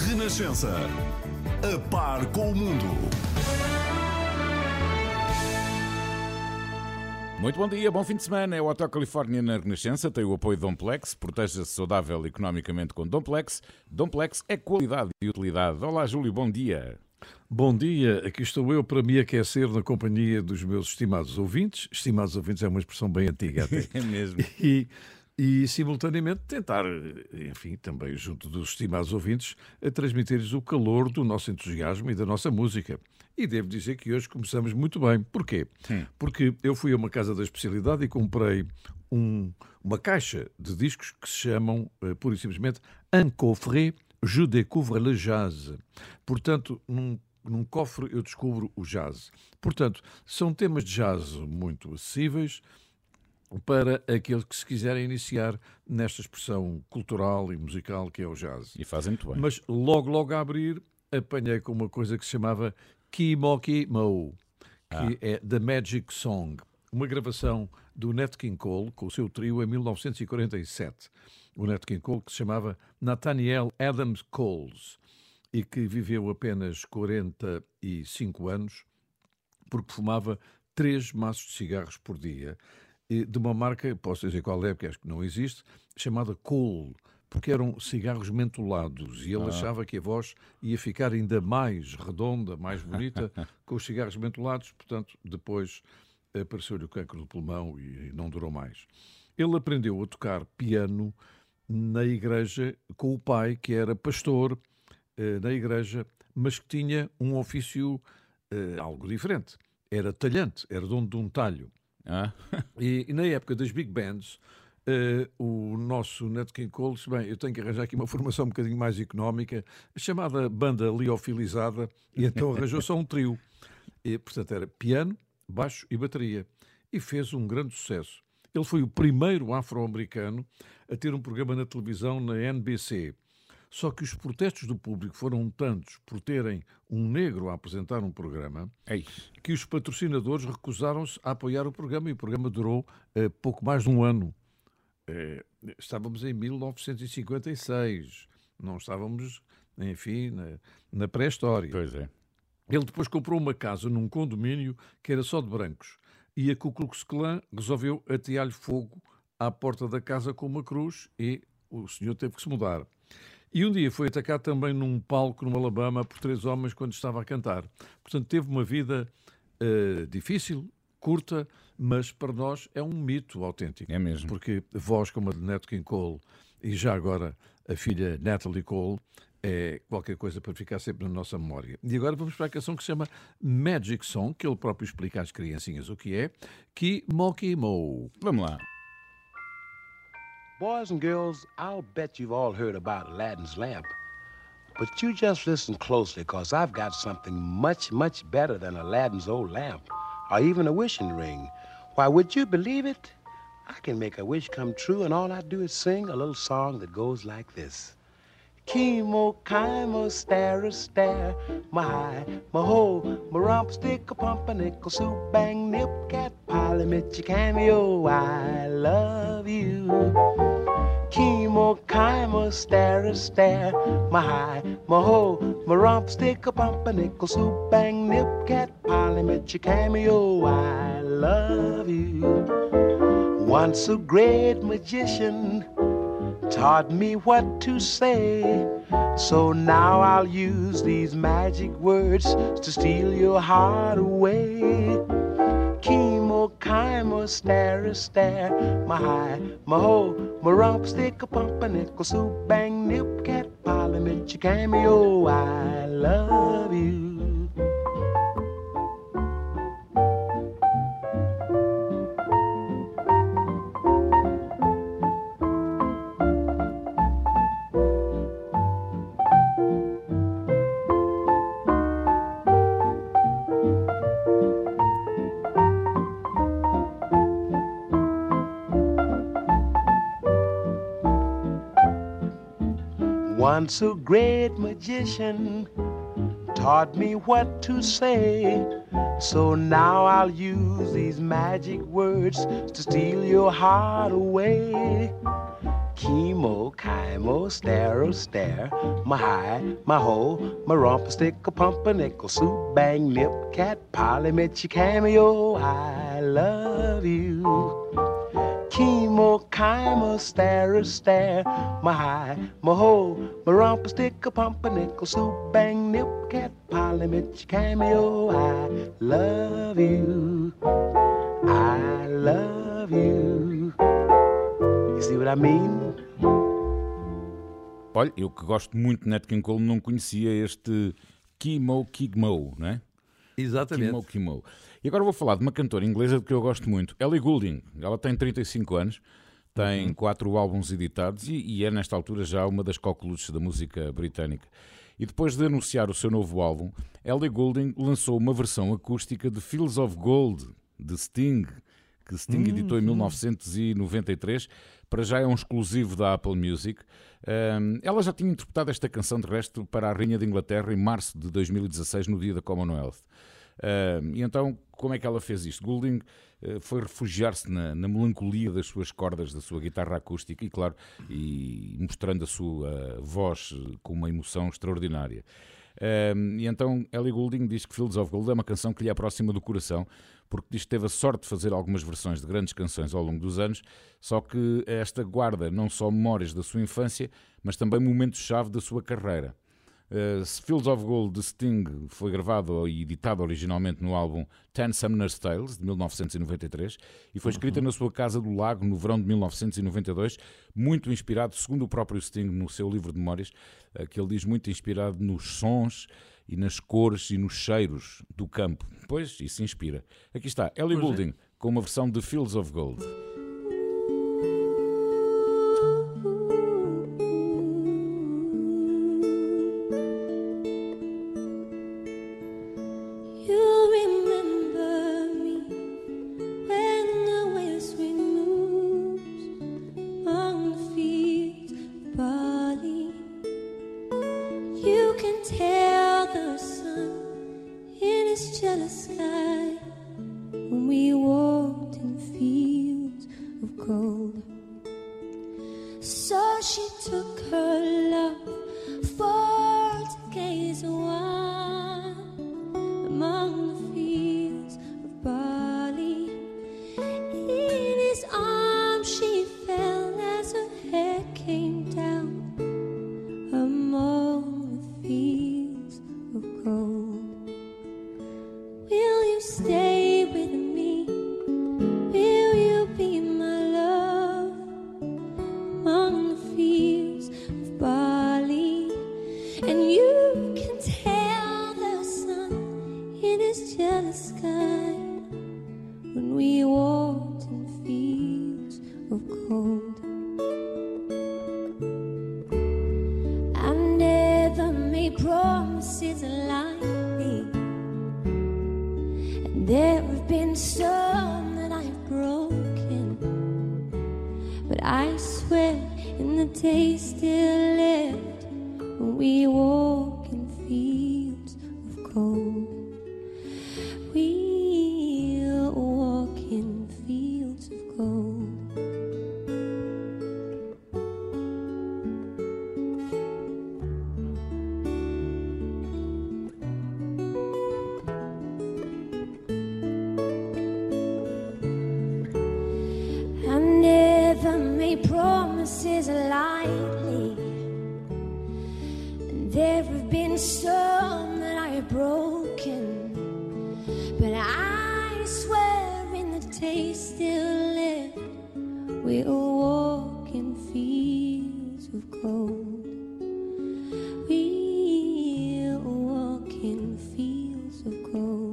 Renascença. A par com o mundo. Muito bom dia, bom fim de semana. É o Hotel Califórnia na Renascença, tem o apoio de Domplex, proteja-se saudável economicamente com Domplex. Domplex é qualidade e utilidade. Olá, Júlio, bom dia. Bom dia, aqui estou eu para me aquecer na companhia dos meus estimados ouvintes. Estimados ouvintes é uma expressão bem antiga até. É mesmo. E simultaneamente tentar, enfim, também junto dos estimados ouvintes, a transmitir-lhes o calor do nosso entusiasmo e da nossa música. E devo dizer que hoje começamos muito bem. Porquê? Porque eu fui a uma casa da especialidade e comprei uma caixa de discos que se chamam, pura e simplesmente, Un coffret Je découvre le jazz. Portanto, num cofre eu descubro o jazz. Portanto, são temas de jazz muito acessíveis para aqueles que se quiserem iniciar nesta expressão cultural e musical que é o jazz. E fazem muito bem. Mas logo a abrir, apanhei com uma coisa que se chamava Kimoki Mo, que é The Magic Song, uma gravação do Nat King Cole com o seu trio em 1947. O Nat King Cole que se chamava Nathaniel Adams Coles e que viveu apenas 45 anos porque fumava 3 maços de cigarros por dia, de uma marca, posso dizer qual é, porque acho que não existe, chamada Cole, porque eram cigarros mentolados e ele achava que a voz ia ficar ainda mais redonda, mais bonita com os cigarros mentolados, portanto, depois apareceu-lhe o cancro do pulmão e não durou mais. Ele aprendeu a tocar piano na igreja com o pai, que era pastor na igreja, mas que tinha um ofício algo diferente. Era talhante, era dono de um talho. E na época das big bands, o nosso Nat King Cole disse, bem, eu tenho que arranjar aqui uma formação um bocadinho mais económica, chamada banda liofilizada, e então arranjou só um trio. E, portanto, era piano, baixo e bateria. E fez um grande sucesso. Ele foi o primeiro afro-americano a ter um programa na televisão na NBC. Só que os protestos do público foram tantos por terem um negro a apresentar um programa que os patrocinadores recusaram-se a apoiar o programa e o programa durou pouco mais de um ano. Estávamos em 1956, não estávamos, enfim, na pré-história. Pois é. Ele depois comprou uma casa num condomínio que era só de brancos e a Ku Klux Klan resolveu atear-lhe fogo à porta da casa com uma cruz e o senhor teve que se mudar. E um dia foi atacado também num palco no Alabama por 3 homens quando estava a cantar. Portanto, teve uma vida difícil, curta, mas para nós é um mito autêntico. É mesmo. Porque voz como a de Nat King Cole e já agora a filha Natalie Cole é qualquer coisa para ficar sempre na nossa memória. E agora vamos para a canção que se chama Magic Song, que ele próprio explica às criancinhas o que é, Kimoki Mo. Vamos lá. Boys and girls, I'll bet you've all heard about Aladdin's lamp. But you just listen closely, because I've got something much, much better than Aladdin's old lamp, or even a wishing ring. Why, would you believe it? I can make a wish come true, and all I do is sing a little song that goes like this. Chemo, chymo, stare, stare, my high, my ho, my rump stick, a pumpernickel, soup, bang, nip, cat, pilot, mitchy, cameo, I love you. Chemo, chymo, stare, stare, my high, my ho, my rump stick, a pumpernickel, soup, bang, nip, cat, pilot, mitchy, cameo, I love you. Once a great magician taught me what to say, so now I'll use these magic words to steal your heart away. Chemo, chymo, stare, stare, my high, my ho, my rump stick, a pumpernickel, soup, bang, nip, cat, parliament, your cameo, I love you. Once a great magician taught me what to say, so now I'll use these magic words to steal your heart away. Chemo, Kimo, stare, oh, stare. My high, my ho, my romper stick, a pumpernickel, soup, bang, nip, cat, polly, mitchy, cameo. I love you. Kimo, Kimo, stare, oh, stare. My high, my ho, my romper stick, a pumpernickel, soup, bang, nip, cat, polly, mitchy, cameo. I love you. I love you. You see what I mean? Olha, eu que gosto muito de Nat King Cole não conhecia este Kimo Kigmo, não é? Exatamente. Kimo. E agora vou falar de uma cantora inglesa que eu gosto muito, Ellie Goulding. Ela tem 35 anos, tem 4 álbuns editados e é nesta altura já uma das coqueluches da música britânica. E depois de anunciar o seu novo álbum, Ellie Goulding lançou uma versão acústica de Fields of Gold, de Sting, que Sting editou em 1993. Para já é um exclusivo da Apple Music. Ela já tinha interpretado esta canção, de resto, para a Rainha de Inglaterra em março de 2016, no dia da Commonwealth. E então, como é que ela fez isto? Goulding foi refugiar-se na melancolia das suas cordas, da sua guitarra acústica e, claro, e mostrando a sua voz com uma emoção extraordinária. E então Ellie Goulding diz que Fields of Gold é uma canção que lhe aproxima do coração, porque diz que teve a sorte de fazer algumas versões de grandes canções ao longo dos anos, só que esta guarda não só memórias da sua infância, mas também momentos-chave da sua carreira. Fields of Gold de Sting foi gravado e editado originalmente no álbum Ten Sumner's Tales, de 1993, e foi escrita na sua casa do lago no verão de 1992, muito inspirado, segundo o próprio Sting, no seu livro de memórias, que ele diz muito inspirado nos sons e nas cores e nos cheiros do campo. Pois, isso inspira. Aqui está, Ellie Goulding, com uma versão de Fields of Gold. Promises lightly. There have been some that I have broken, but I swear in the taste still left, we'll walk in fields of gold. We'll walk in fields of gold.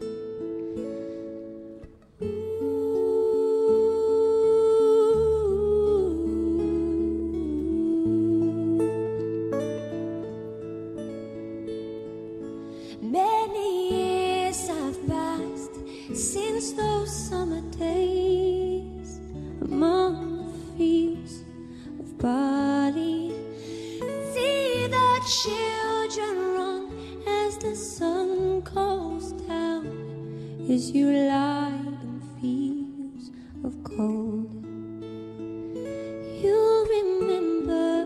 Many years have passed since those summer days among the fields of barley. See the children run as the sun goes down, as you lie in fields of gold. You'll remember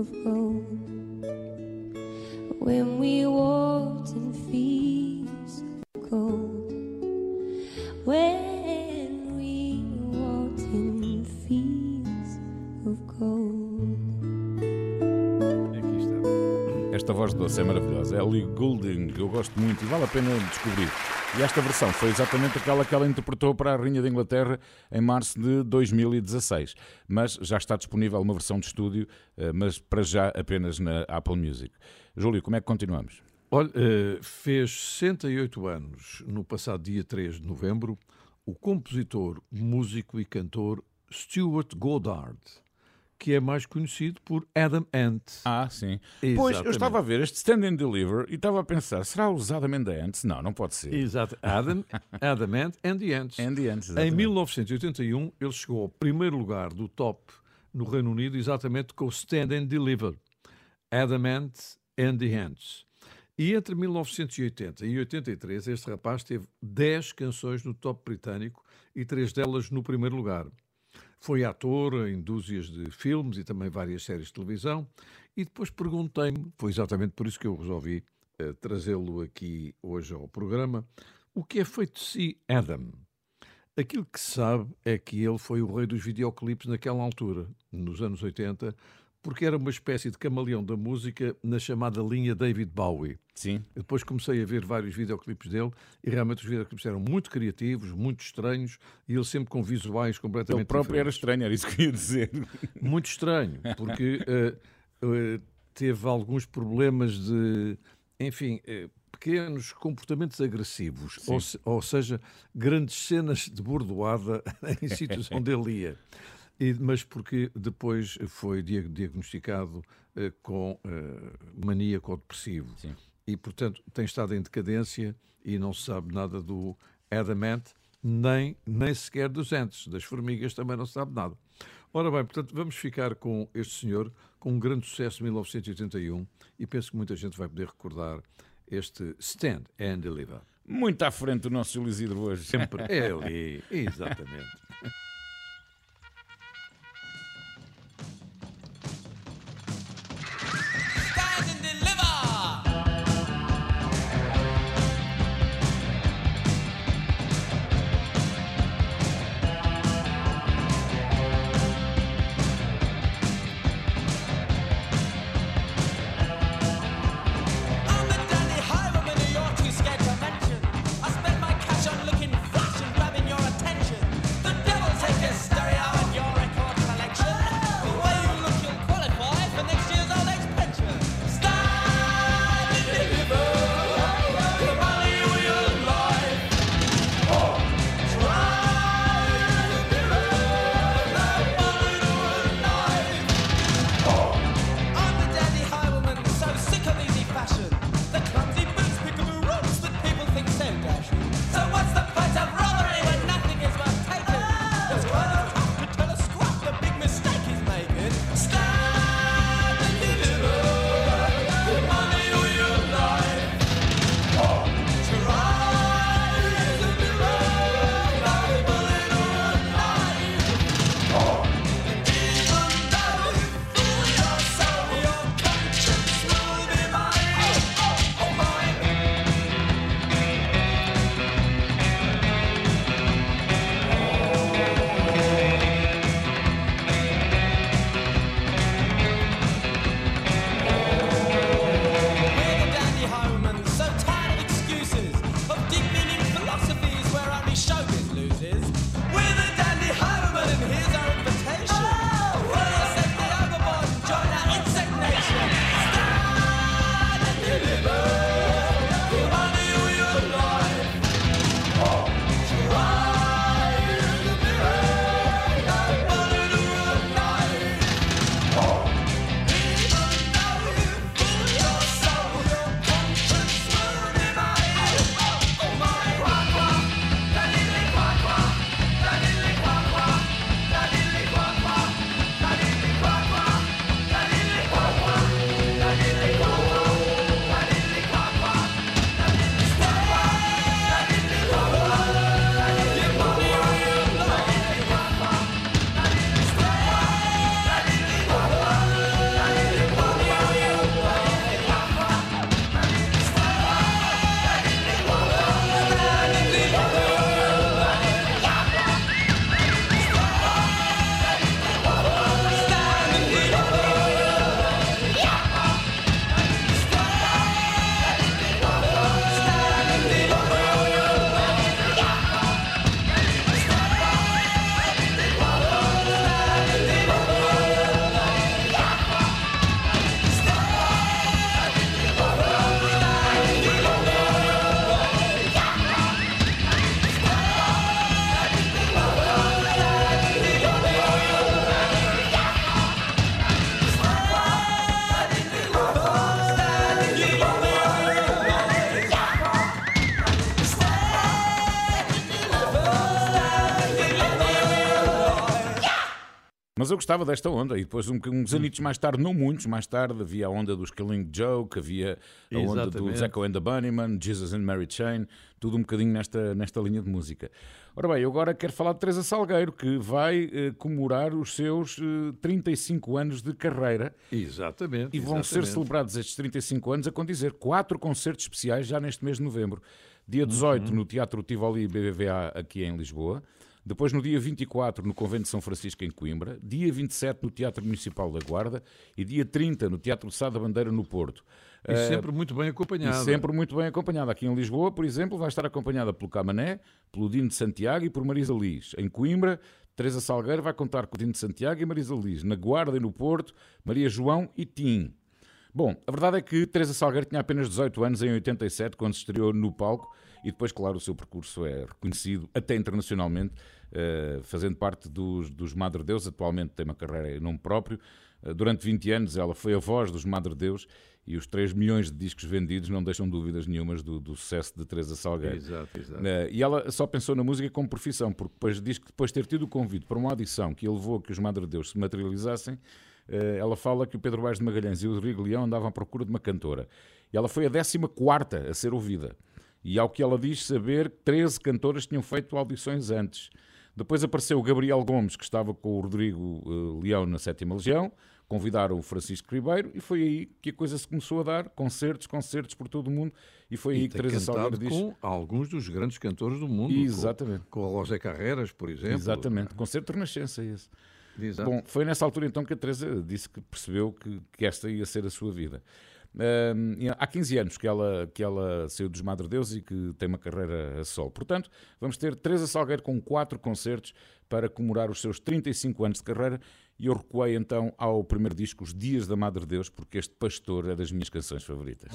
of gold. When we walked in fields of gold. When we walked in fields of gold. Aqui está. Esta voz doce é maravilhosa. É Ellie Goulding, eu gosto muito e vale a pena descobrir. E esta versão foi exatamente aquela que ela interpretou para a Rainha da Inglaterra em março de 2016. Mas já está disponível uma versão de estúdio, mas para já apenas na Apple Music. Júlio, como é que continuamos? Olha, fez 68 anos no passado dia 3 de novembro o compositor, músico e cantor Stuart Goddard, que é mais conhecido por Adam Ant. Ah, sim. Exatamente. Pois, eu estava a ver este Stand and Deliver e estava a pensar, será os Adam and the Ants? Não, não pode ser. Exato. Adam Ant and the Ants. And the Ants, Em exatamente. 1981, ele chegou ao primeiro lugar do top no Reino Unido, exatamente com o Stand and Deliver. Adam Ant and the Ants. E entre 1980 e 83, este rapaz teve 10 canções no top britânico e 3 delas no primeiro lugar. Foi ator em dúzias de filmes e também várias séries de televisão. E depois perguntei-me, foi exatamente por isso que eu resolvi trazê-lo aqui hoje ao programa, o que é feito de si Adam? Aquilo que se sabe é que ele foi o rei dos videoclipes naquela altura, nos anos 80, porque era uma espécie de camaleão da música na chamada linha David Bowie. Sim. Eu depois comecei a ver vários videoclipes dele e realmente os videoclipes eram muito criativos, muito estranhos e ele sempre com visuais completamente Ele próprio era diferentes. estranho, era isso que eu ia dizer. Muito estranho, porque teve alguns problemas de, enfim, pequenos comportamentos agressivos, ou seja, grandes cenas de bordoada em sítios onde ele ia. Mas porque depois foi diagnosticado com maníaco-depressivo. Sim. E, portanto, tem estado em decadência e não se sabe nada do Adam Ant, nem sequer dos Ants. Das formigas também não se sabe nada. Ora bem, portanto, vamos ficar com este senhor, com um grande sucesso em 1981, e penso que muita gente vai poder recordar este Stand and Deliver. Muito à frente do nosso Júlio Isidro hoje. Sempre é ali, exatamente. I spend my cash on looking fresh and grabbing your attention. The devil's eu gostava desta onda. E depois, uns anitos mais tarde, não muitos, mais tarde, havia a onda dos Killing Joke, havia a onda do Echo and the Bunnymen, Jesus and Mary Chain, tudo um bocadinho nesta linha de música. Ora bem, eu agora quero falar de Teresa Salgueiro, que vai comemorar os seus 35 anos de carreira. Exatamente. E vão ser celebrados estes 35 anos, a condizer 4 concertos especiais já neste mês de novembro. Dia 18 no Teatro Tivoli BBVA aqui em Lisboa. Depois no dia 24 no Convento de São Francisco em Coimbra. Dia 27 no Teatro Municipal da Guarda. E dia 30 no Teatro de Sá da Bandeira no Porto. E sempre muito bem acompanhada. E sempre muito bem acompanhada. Aqui em Lisboa, por exemplo, vai estar acompanhada pelo Camané, pelo Dino de Santiago e por Marisa Liz. Em Coimbra, Teresa Salgueiro vai contar com o Dino de Santiago e Marisa Liz. Na Guarda e no Porto, Maria João e Tim. Bom, a verdade é que Teresa Salgueiro tinha apenas 18 anos em 87, quando se estreou no palco, e depois, claro, o seu percurso é reconhecido até internacionalmente, fazendo parte dos Madre Deus. Atualmente tem uma carreira em nome próprio. Durante 20 anos ela foi a voz dos Madre Deus, e os 3 milhões de discos vendidos não deixam dúvidas nenhumas do sucesso de Teresa Salgueiro. Exato. E ela só pensou na música como profissão, porque depois diz que depois de ter tido o convite para uma audição que a levou a que os Madre Deus se materializassem, ela fala que o Pedro Baes de Magalhães e o Rodrigo Leão andavam à procura de uma cantora. E ela foi a 14ª a ser ouvida. E ao que ela diz saber, 13 cantoras tinham feito audições antes. Depois apareceu o Gabriel Gomes, que estava com o Rodrigo Leão na 7ª Legião, convidaram o Francisco Ribeiro, e foi aí que a coisa se começou a dar, concertos por todo o mundo, e foi aí que Teresa Salgueiro diz... com alguns dos grandes cantores do mundo. Exatamente. Com o José Carreras, por exemplo. Exatamente, concerto de Renascença esse. Exato. Bom, foi nessa altura então que a Teresa disse que percebeu que esta ia ser a sua vida. Há 15 anos que ela saiu dos Madre Deus e que tem uma carreira a solo. Portanto, vamos ter Teresa Salgueiro com 4 concertos para comemorar os seus 35 anos de carreira, e eu recuei então ao primeiro disco, Os Dias da Madre Deus, porque este pastor é das minhas canções favoritas.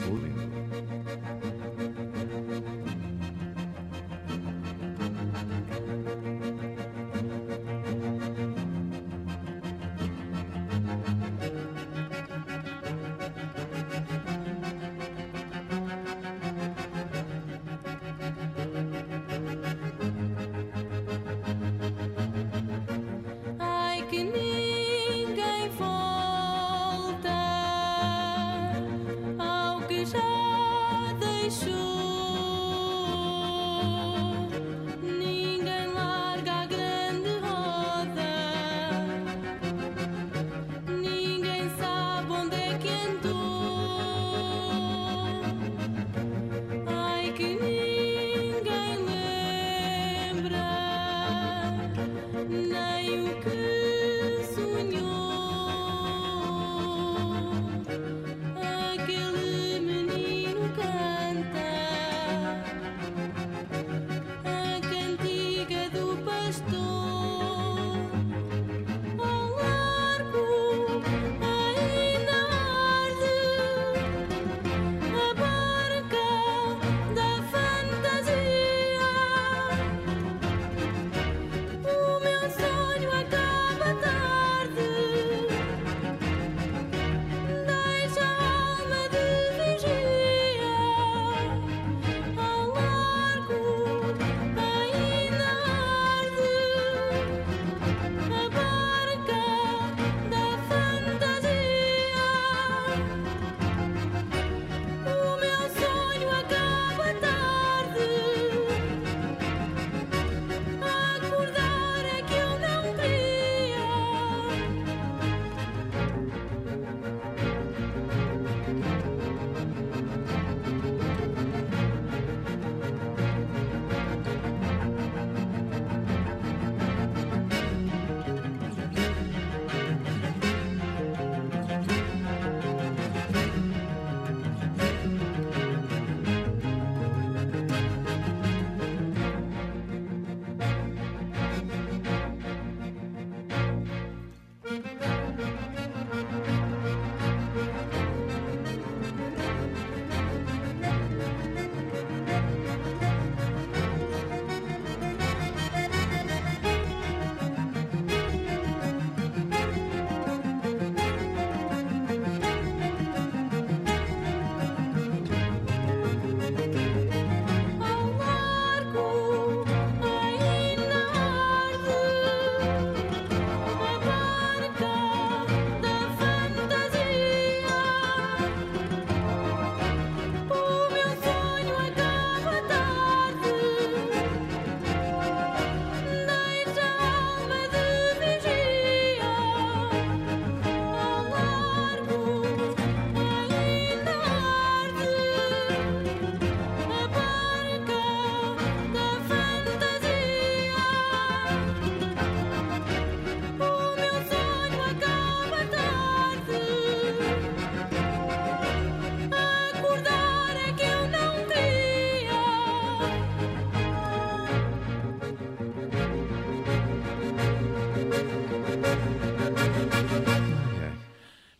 Ai, que ninguém volta ao que já deixou.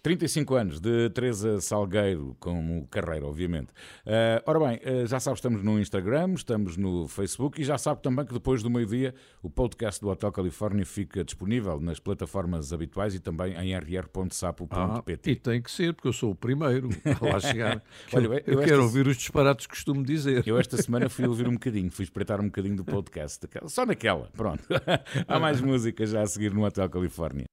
35 anos de Teresa Salgueiro, como carreira, obviamente. Ora bem, já sabe, estamos no Instagram, estamos no Facebook e já sabe também que depois do meio-dia o podcast do Hotel Califórnia fica disponível nas plataformas habituais e também em rr.sapo.pt. E tem que ser, porque eu sou o primeiro a lá chegar. Olha, eu quero ouvir os disparates que costumo dizer. Eu esta semana fui ouvir um bocadinho, fui espreitar um bocadinho do podcast. Só naquela, pronto. Há mais música já a seguir no Hotel Califórnia.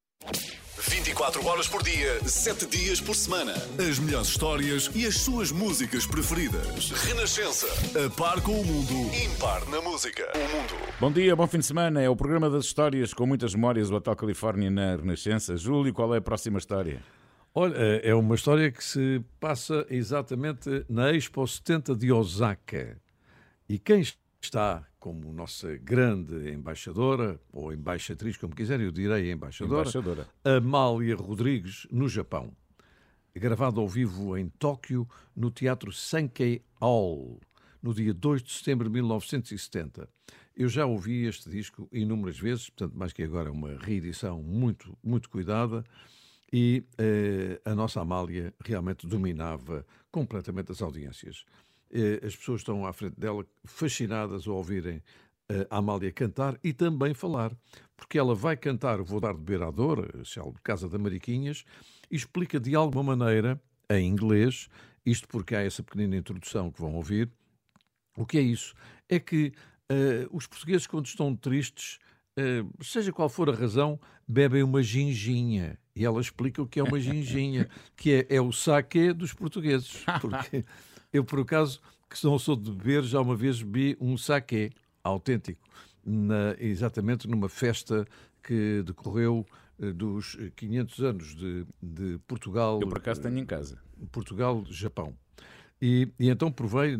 24 horas por dia, 7 dias por semana. As melhores histórias e as suas músicas preferidas. Renascença. A par com o mundo. Impar na música. O mundo. Bom dia, bom fim de semana. É o programa das histórias com muitas memórias do Hotel Califórnia na Renascença. Júlio, qual é a próxima história? Olha, é uma história que se passa exatamente na Expo 70 de Osaka. E quem está como nossa grande embaixadora, ou embaixatriz, como quiserem, eu direi embaixadora. Amália Rodrigues, no Japão. Gravado ao vivo em Tóquio, no Teatro Sankei Hall, no dia 2 de setembro de 1970. Eu já ouvi este disco inúmeras vezes, portanto, mais que agora é uma reedição muito, muito cuidada, e a nossa Amália realmente dominava completamente as audiências. As pessoas estão à frente dela fascinadas ao ouvirem a Amália cantar e também falar, porque ela vai cantar Vou Dar de Beber à Dor, célebre Casa da Mariquinhas, e explica de alguma maneira, em inglês, isto porque há essa pequenina introdução que vão ouvir, o que é isso? É que os portugueses, quando estão tristes, seja qual for a razão, bebem uma ginginha. E ela explica o que é uma ginginha, que é o saquê dos portugueses. Porque eu, por acaso, que não sou de beber, já uma vez bebi um saquê autêntico, exatamente numa festa que decorreu dos 500 anos de Portugal. Eu, por acaso, tenho em casa. Portugal-Japão. E então provei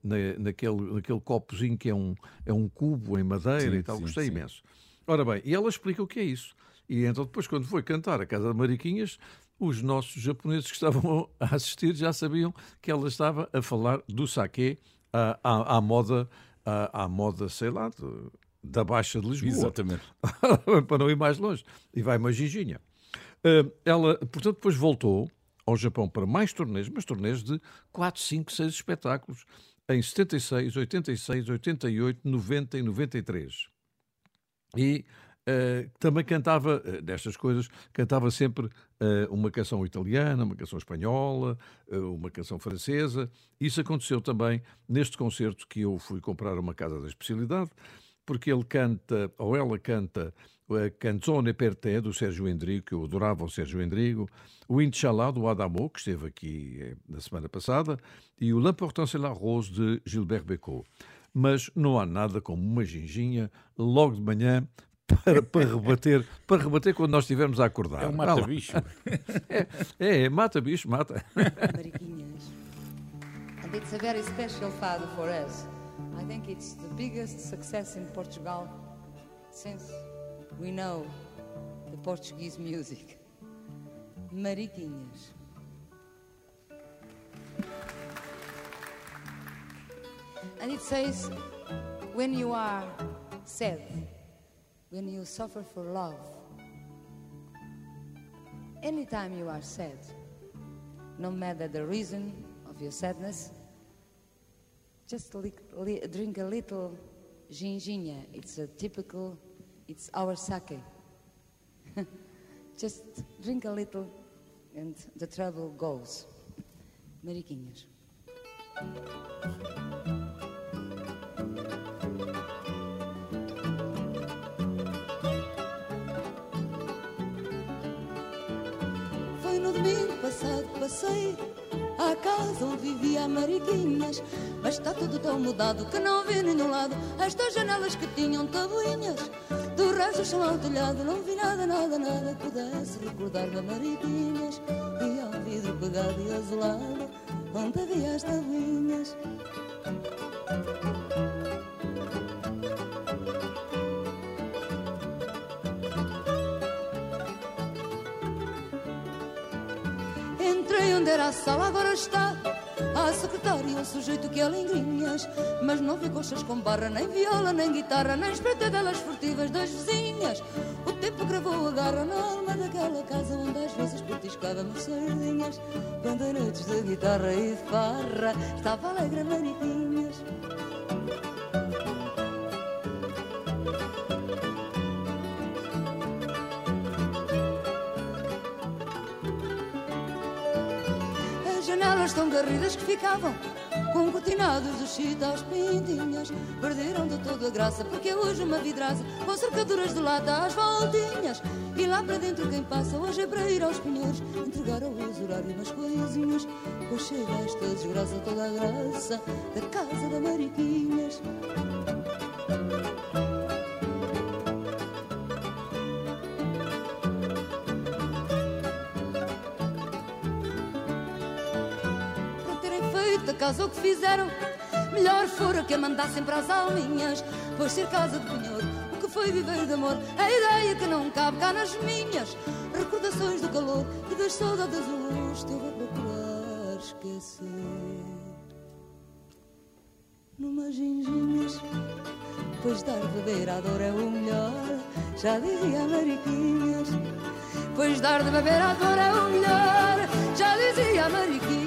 naquele copozinho que é um cubo em madeira, sim, e tal, gostei imenso. Ora bem, e ela explica o que é isso. E então depois, quando foi cantar a Casa de Mariquinhas, os nossos japoneses que estavam a assistir já sabiam que ela estava a falar do saquê à moda, sei lá, da Baixa de Lisboa. Exatamente. Para não ir mais longe. E vai uma ginginha. Ela, portanto, depois voltou ao Japão para mais turnês, mas turnês de 4, 5, 6 espetáculos, em 76, 86, 88, 90 e 93. E também cantava, destas coisas, cantava sempre uma canção italiana, uma canção espanhola, uma canção francesa. Isso aconteceu também neste concerto que eu fui comprar uma casa da especialidade, porque ele canta, ou ela canta, a Canzone per te, do Sérgio Endrigo, que eu adorava o Sérgio Endrigo, o Inshallah, do Adamo, que esteve aqui na semana passada, e o L'Important c'est la rose, de Gilbert Bécaud. Mas não há nada como uma ginginha logo de manhã para rebater quando nós estivermos a acordar. É um mata-bicho. Mata-bicho, mata. Mariquinhas. And it's a very special fado for us. I think it's the biggest success in Portugal since we know the Portuguese music. Mariquinhas. And it says, when you are sad, when you suffer for love, anytime you are sad, no matter the reason of your sadness, just drink a little ginginha. It's our sake. Just drink a little and the trouble goes. Mariquinhas. Foi no domingo passado, passei à casa onde vivia a Mariquinhas, mas está tudo tão mudado que não vi nenhum lado estas janelas que tinham tabuinhas. Do resto do chão ao telhado não vi nada, nada, nada que pudesse recordar da Mariquinhas. E ao vidro pegado e azulado onde havia as tabuinhas. Entrei onde era a sala, agora está à secretária um sujeito que é lingrinhas, mas não vê coxas com barra, nem viola, nem guitarra, nem espreitadelas furtivas das vizinhas. O tempo gravou a garra na alma daquela casa onde às vezes petiscávamos sardinhas. Quando em noites de guitarra e de farra estava alegre a Mariquinhas. Janelas tão garridas que ficavam com cortinados de chita às pintinhas. Perderam de toda a graça porque hoje uma vidraça com cercaduras de lata às voltinhas. E lá para dentro quem passa hoje é para ir aos pinheiros entregar ao usurário umas coisinhas. Pois chega esta desgraça, toda a graça da casa da Mariquinhas. Da casa o que fizeram, melhor fora que a mandassem para as alminhas. Pois ser casa de penhor, o que foi viver de amor, a ideia que não cabe cá nas minhas. Recordações do calor e das saudades do esteve a procurar esquecer. Numas ginginhas, pois dar de beber à dor é o melhor, já dizia a Mariquinhas. Pois dar de beber à dor é o melhor, já dizia a Mariquinhas.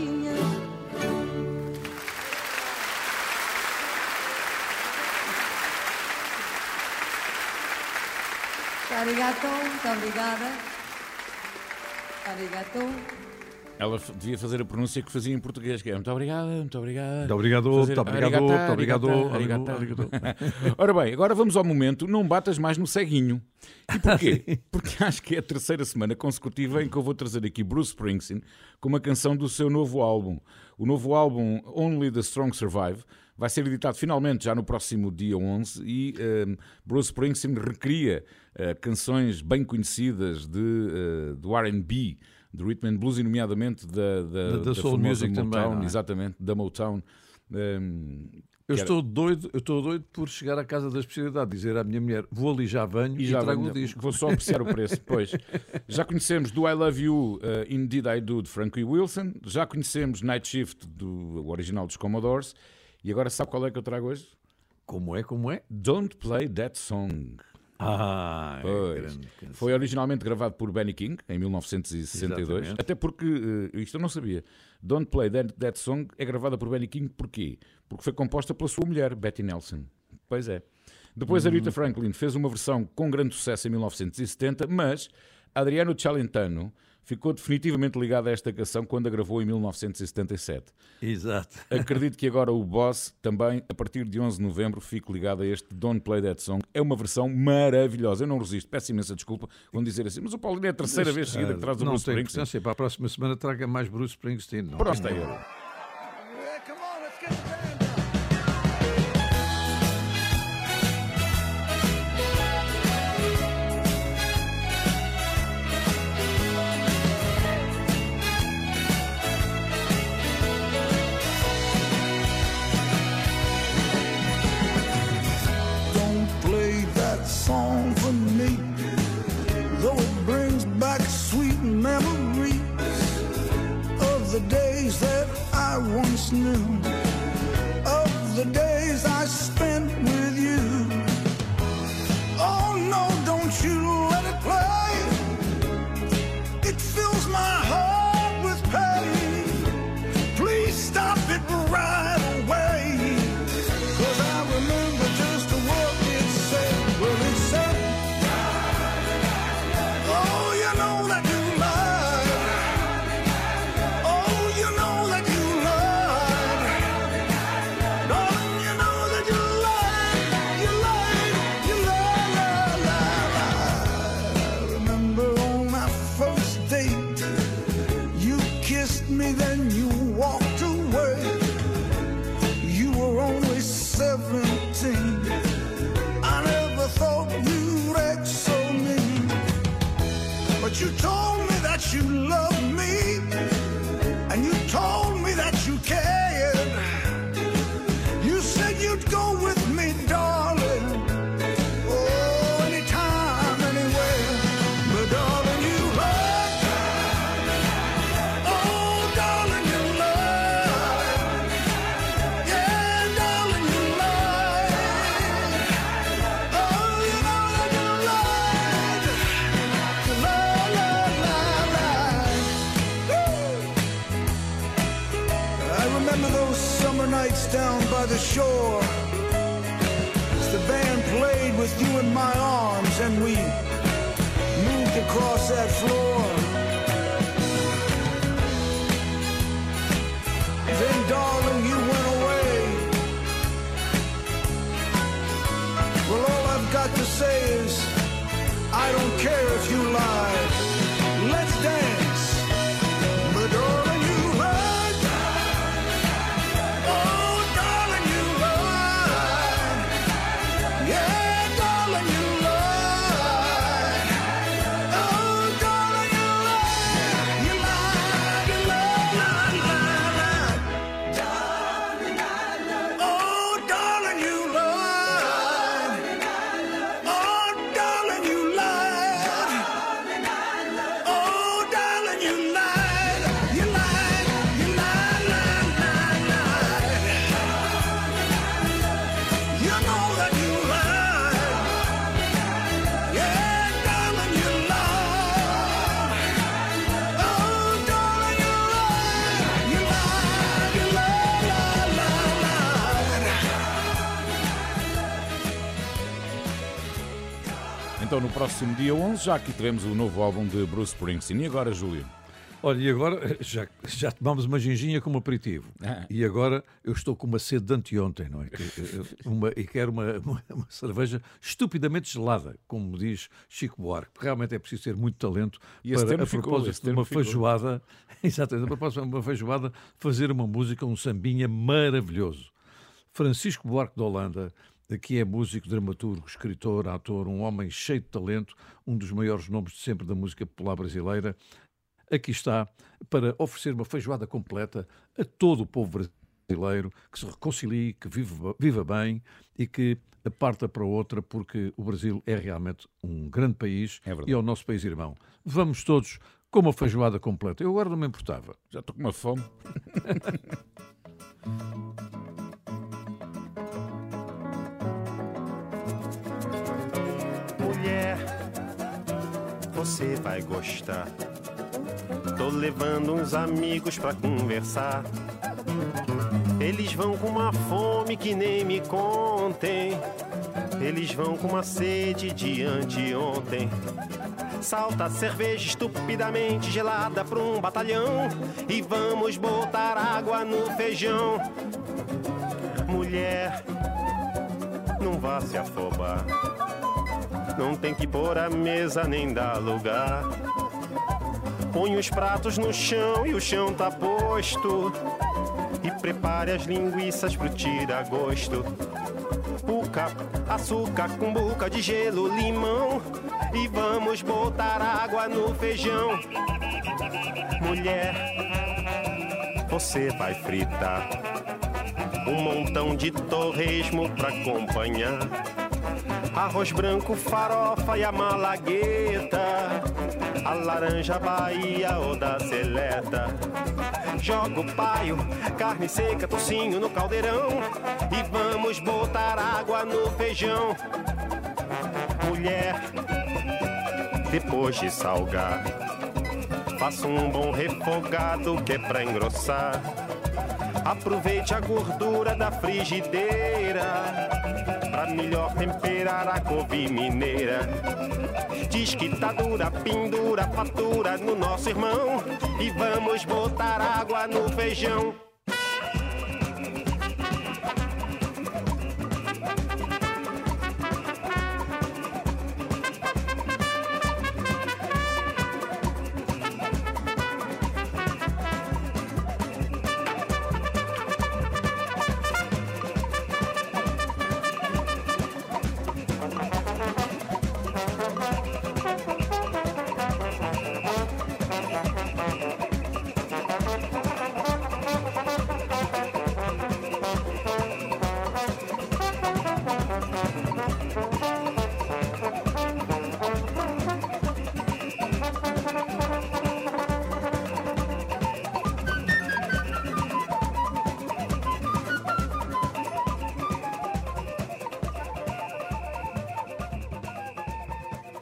Arigato, muito obrigada. Arigato. Ela devia fazer a pronúncia que fazia em português, que é muito obrigada, muito obrigada. Muito obrigado, muito obrigado, muito obrigado. Ora bem, agora vamos ao momento Não Batas Mais no Ceguinho. E porquê? Porque acho que é a terceira semana consecutiva em que eu vou trazer aqui Bruce Springsteen com uma canção do seu novo álbum. O novo álbum Only the Strong Survive vai ser editado finalmente já no próximo dia 11 e Bruce Springsteen recria canções bem conhecidas do R&B, do Rhythm and Blues e nomeadamente da Soul famosa Music Motown, também, exatamente, da Motown. Eu estou doido por chegar à casa da especialidade, dizer à minha mulher, vou ali, já venho e trago o disco. Vou só apreciar o preço depois. Já conhecemos Do I Love You, Indeed I Do, de Frankie Wilson. Já conhecemos Night Shift, do original dos Commodores. E agora sabe qual é que eu trago hoje? Como é? Don't Play That Song. Foi originalmente gravado por Benny King em 1962. Exatamente. Até porque, isto eu não sabia, Don't Play That Song é gravada por Benny King porquê? Porque foi composta pela sua mulher, Betty Nelson. Pois é. Depois a Rita Franklin fez uma versão com grande sucesso em 1970, mas Adriano Celentano ficou definitivamente ligado a esta canção quando a gravou em 1977. Exato. Acredito que agora o Boss também, a partir de 11 de novembro, fique ligado a este Don't Play That Song. É uma versão maravilhosa. Eu não resisto. Peço imensa desculpa. Vão dizer assim, mas o Paulinho é a terceira vez seguida que traz o Bruce Springsteen. Não tem para a próxima semana traga mais Bruce Springsteen. Pronto, é ele. Song for me, though it brings back sweet memories of the days that I once knew, of the days I spent with you. Oh no, don't you let it play, it fills my heart with pain. Please stop it right away, 'cause I remember just what it said. Well, it said, oh, you know that you lied. Oh, you know that you lied. Darling, you know that you lied. remember those summer nights down by the shore. As the band played with you in my arms and we moved across that floor. Then, darling, you went away. Well, all I've got to say is, I don't care if you lied. Let's dance. But darling, you lied. Oh, darling, you lied. Yeah, darling, you lied. Oh, darling, you lied. You lied, you lied, lied, lied, lied. Oh, darling, you lied. Oh, darling, you lied. Oh, darling, you lied. You lied, you lied, lied, lied, lied. You know that you lied. Yeah, darling, you lied. Oh, darling, you lied. You lied, you lied, lied, lied, lied. Então, no próximo dia 11, já aqui teremos o novo álbum de Bruce Springsteen. E agora, Júlio? Olha, e agora já tomámos uma ginginha como aperitivo. E agora eu estou com uma sede de anteontem, não é? E quero uma cerveja estupidamente gelada, como diz Chico Buarque. Realmente é preciso ter muito talento E esse para, termo a ficou, propósito esse de termo uma ficou. feijoada, exatamente, a propósito de uma feijoada, fazer uma música, um sambinha maravilhoso. Francisco Buarque de Holanda, que é músico, dramaturgo, escritor, ator, um homem cheio de talento, um dos maiores nomes de sempre da música popular brasileira, aqui está para oferecer uma feijoada completa a todo o povo brasileiro, que se reconcilie, que viva bem e que parta para outra, porque o Brasil é realmente um grande país verdade. e é o nosso país irmão. Vamos todos com uma feijoada completa. Eu agora não me importava. Já estou com uma fome. Mulher, você vai gostar. Tô levando uns amigos pra conversar. Eles vão com uma fome que nem me contem. Eles vão com uma sede de anteontem. Salta a cerveja estupidamente gelada pra um batalhão e vamos botar água no feijão. Mulher, não vá se afobar. Não tem que pôr a mesa nem dar lugar. Põe os pratos no chão e o chão tá posto. E prepare as linguiças pro tira-gosto. Puca, açúcar, cumbuca de gelo, limão. E vamos botar água no feijão. Mulher, você vai fritar um montão de torresmo pra acompanhar. Arroz branco, farofa e a malagueta, a laranja Bahia ou da seleta. Joga o paio, carne seca, tocinho no caldeirão e vamos botar água no feijão. Mulher, depois de salgar, faça um bom refogado que é pra engrossar. Aproveite a gordura da frigideira pra melhor temperar a couve mineira. Diz que tá dura, pendura, fatura no nosso irmão e vamos botar água no feijão.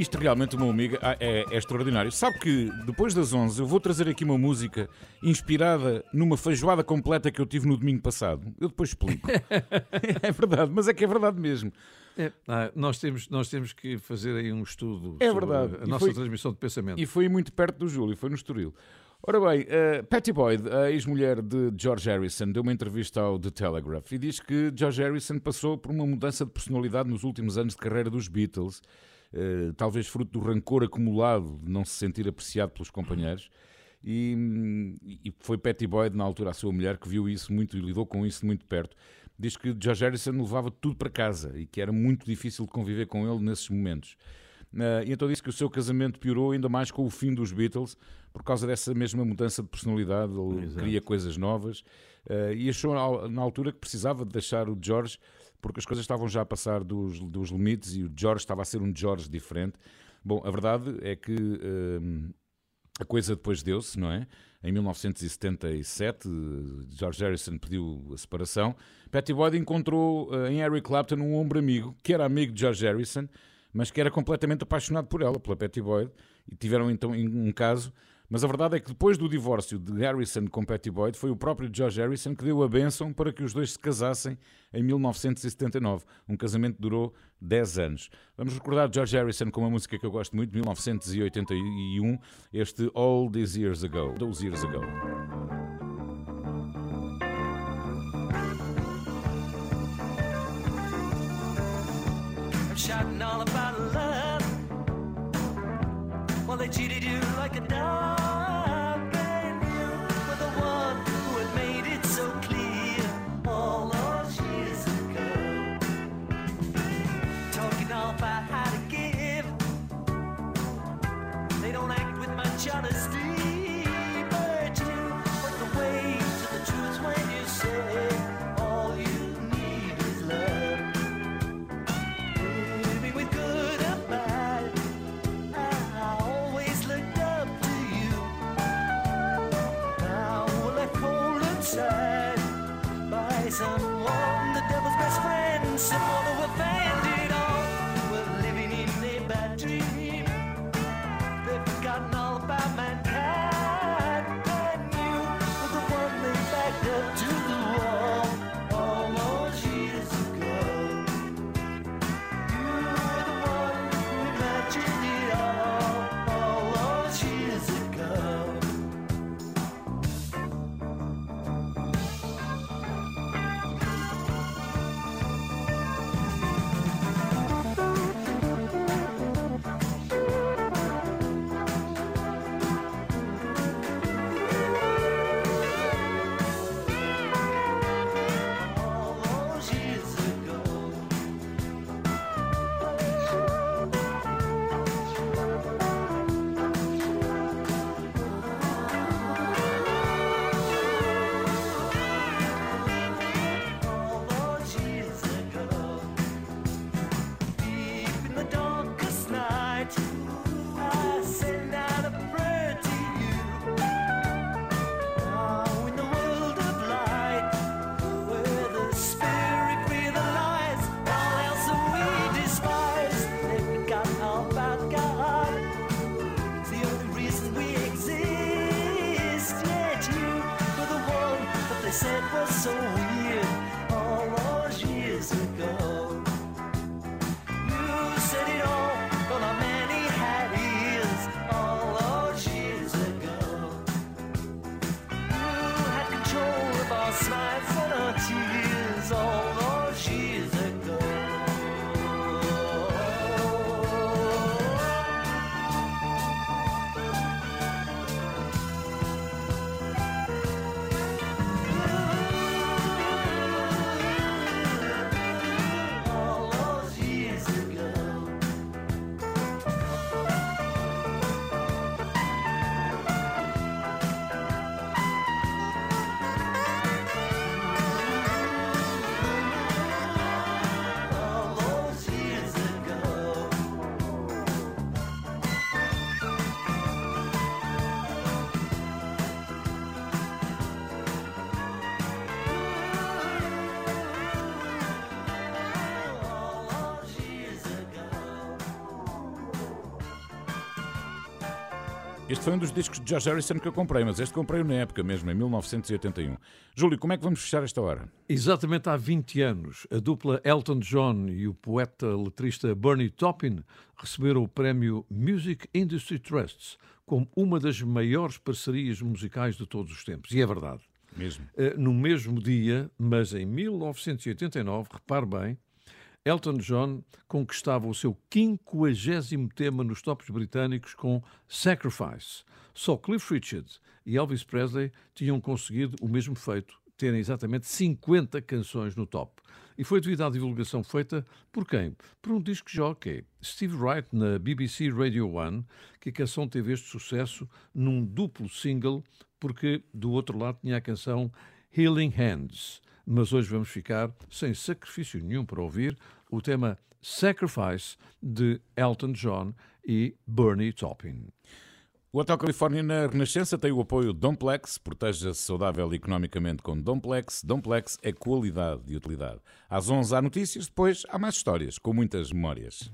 Isto realmente, o meu amigo, é extraordinário. Sabe que depois das 11 eu vou trazer aqui uma música inspirada numa feijoada completa que eu tive no domingo passado. Eu depois explico. É verdade, mas é que é verdade mesmo. Nós temos que fazer aí um estudo É sobre verdade. a nossa transmissão de pensamento. E foi muito perto do Júlio, foi no Estoril. Ora bem, Pattie Boyd, a ex-mulher de George Harrison, deu uma entrevista ao The Telegraph e diz que George Harrison passou por uma mudança de personalidade nos últimos anos de carreira dos Beatles, talvez fruto do rancor acumulado de não se sentir apreciado pelos companheiros. E foi Pattie Boyd, na altura, a sua mulher, que viu isso muito e lidou com isso de muito perto. Diz que George Harrison levava tudo para casa e que era muito difícil de conviver com ele nesses momentos. E então disse que o seu casamento piorou ainda mais com o fim dos Beatles por causa dessa mesma mudança de personalidade. Ele queria coisas novas e achou na altura que precisava de deixar o George, porque as coisas estavam já a passar dos limites e o George estava a ser um George diferente. Bom, a verdade é que a coisa depois deu-se, não é? Em 1977, George Harrison pediu a separação. Pattie Boyd encontrou em Eric Clapton um ombro amigo, que era amigo de George Harrison, mas que era completamente apaixonado por ela, pela Pattie Boyd, e tiveram então um caso. Mas a verdade é que depois do divórcio de Harrison com Pattie Boyd, foi o próprio George Harrison que deu a bênção para que os dois se casassem em 1979. Um casamento que durou 10 anos. Vamos recordar George Harrison com uma música que eu gosto muito, de 1981, este All These Years Ago. Those Years Ago. Shouting all about love. Well, they cheated you like a dog, and you were the one who had made it so clear all those years ago. Talking all about how to give. They don't act with much honesty, but you put the weight to the truth when you say all you need is love. Someone, the devil's best friend, someone who offended it all. We're living in a bad dream. They've forgotten all about mankind, and you were the one they backed up to the wall all those years ago. You were the one who imagined it all those years ago. Este foi um dos discos de George Harrison que eu comprei, mas este comprei na época mesmo, em 1981. Júlio, como é que vamos fechar esta hora? Exatamente há 20 anos, a dupla Elton John e o poeta-letrista Bernie Taupin receberam o prémio Music Industry Trusts como uma das maiores parcerias musicais de todos os tempos. E é verdade. Mesmo. No mesmo dia, mas em 1989, repare bem, Elton John conquistava o seu 50º tema nos tops britânicos com Sacrifice. Só Cliff Richard e Elvis Presley tinham conseguido o mesmo feito, terem exatamente 50 canções no top. E foi devido à divulgação feita por quem? Por um disc jockey, Steve Wright, na BBC Radio 1, que a canção teve este sucesso num duplo single, porque do outro lado tinha a canção Healing Hands. Mas hoje vamos ficar sem sacrifício nenhum para ouvir o tema Sacrifice de Elton John e Bernie Taupin. O Hotel Califórnia na Renascença tem o apoio Domplex. Proteja-se saudável e economicamente com Domplex. Domplex é qualidade e utilidade. Às 11 há notícias, depois há mais histórias, com muitas memórias.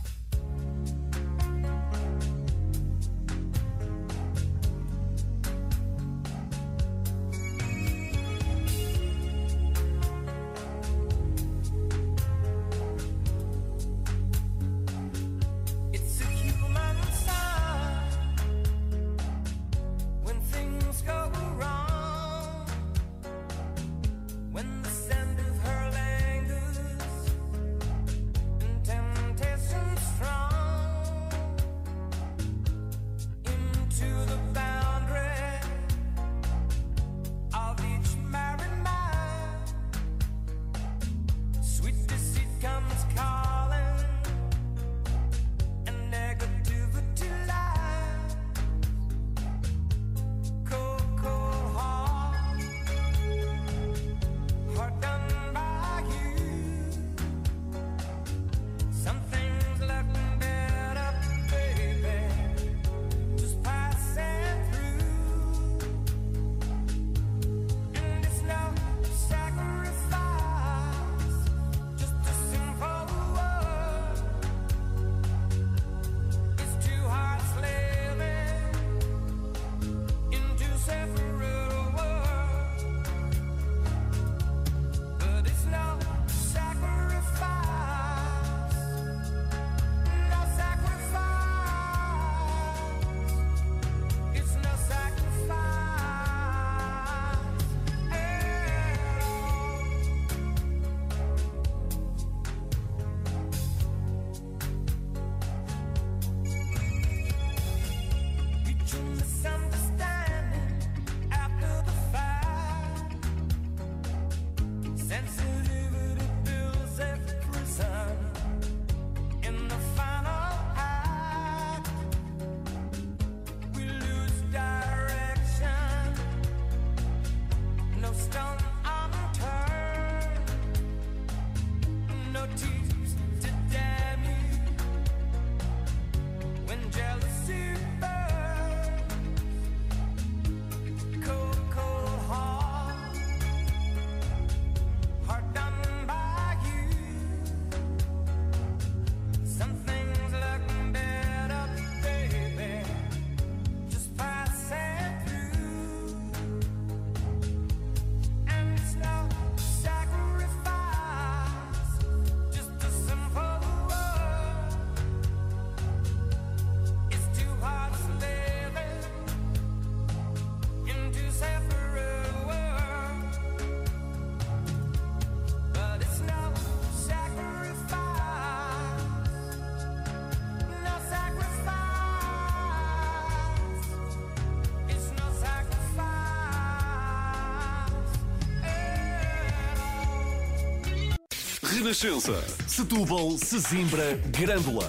Renascença, Setúbal, Sesimbra, Grândola,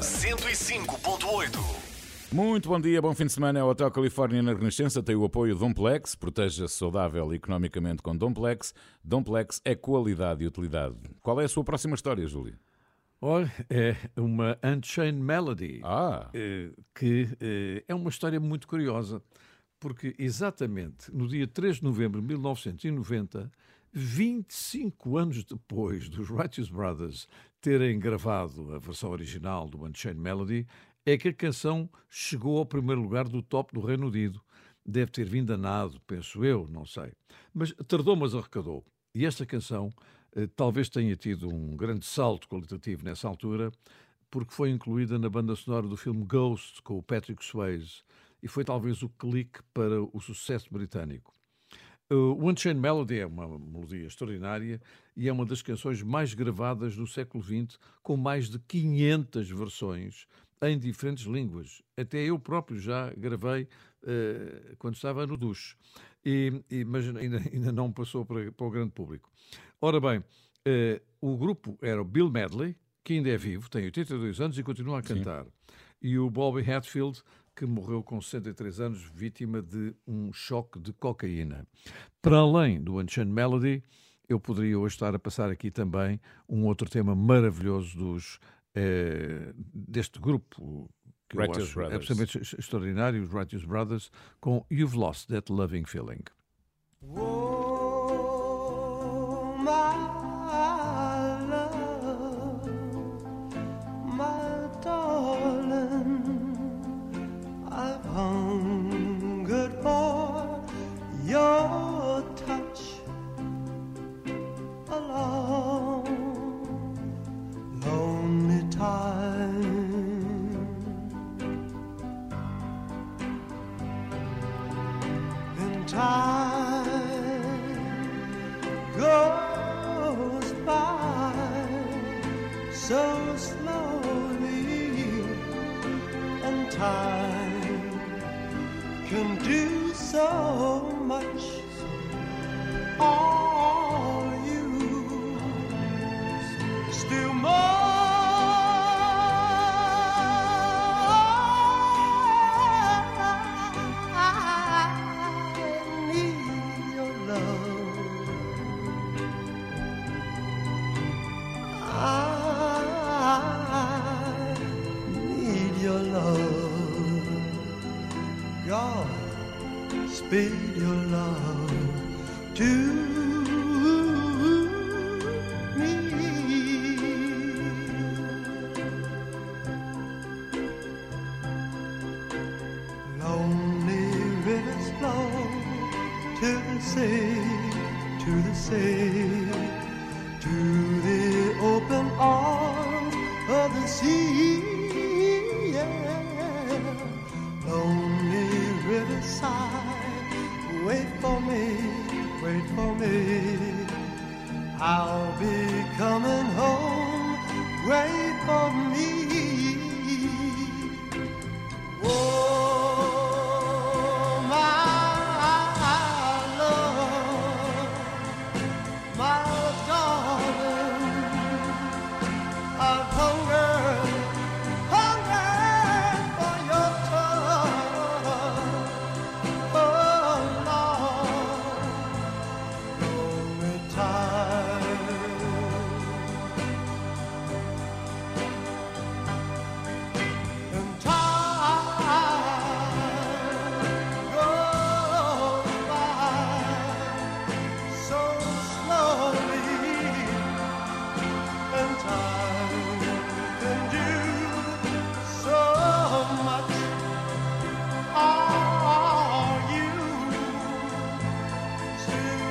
105.8. Muito bom dia, bom fim de semana. O Hotel Califórnia na Renascença tem o apoio Domplex. Proteja-se saudável e economicamente com Domplex. Domplex é qualidade e utilidade. Qual é a sua próxima história, Júlio? Olha, é uma Unchained Melody, que é uma história muito curiosa, porque exatamente no dia 3 de novembro de 1990, 25 anos depois dos Righteous Brothers terem gravado a versão original do Unchained Melody, é que a canção chegou ao primeiro lugar do top do Reino Unido. Deve ter vindo a nado, penso eu, não sei. Mas tardou, mas arrecadou. E esta canção talvez tenha tido um grande salto qualitativo nessa altura, porque foi incluída na banda sonora do filme Ghost, com o Patrick Swayze, e foi talvez o clique para o sucesso britânico. O Unchained Melody é uma melodia extraordinária e é uma das canções mais gravadas do século XX, com mais de 500 versões em diferentes línguas. Até eu próprio já gravei quando estava no duche, mas ainda não passou para o grande público. Ora bem, o grupo era o Bill Medley, que ainda é vivo, tem 82 anos e continua a cantar. Sim. E o Bobby Hatfield, que morreu com 63 anos, vítima de um choque de cocaína. Para além do Unchained Melody, eu poderia hoje estar a passar aqui também um outro tema maravilhoso deste grupo, que eu acho absolutamente extraordinário, os Righteous Brothers, com You've Lost That Loving Feeling. Oh, my love, my darling, I've hungered for your touch a long, lonely time. In time goes by so slowly, and time can do so much. All you still more. Speed your love to me. Lonely rivers flow to the sea, to the sea, to the open arms of the sea. Yeah. Lonely riverside, wait for me, wait for me. I'll be coming home, wait for me. Oh, my love, my darling, I've hungered for your touch. Oh, Lord, lonely time. And time goes by so slowly, and time can do so much. Are you still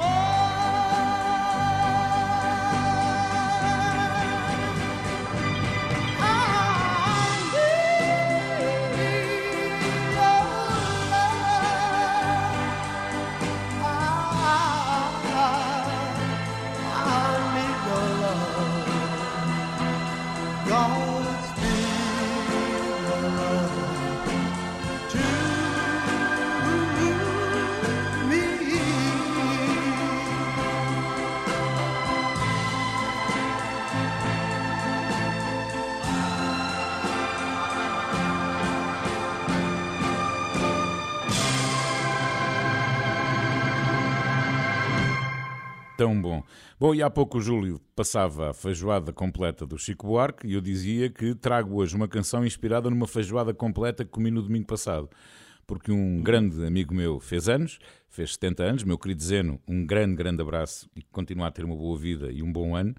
Tão bom. Bom, e há pouco o Júlio passava a feijoada completa do Chico Buarque e eu dizia que trago hoje uma canção inspirada numa feijoada completa que comi no domingo passado. Porque um grande amigo meu fez anos, fez 70 anos, meu querido Zeno, um grande abraço e continua a ter uma boa vida e um bom ano.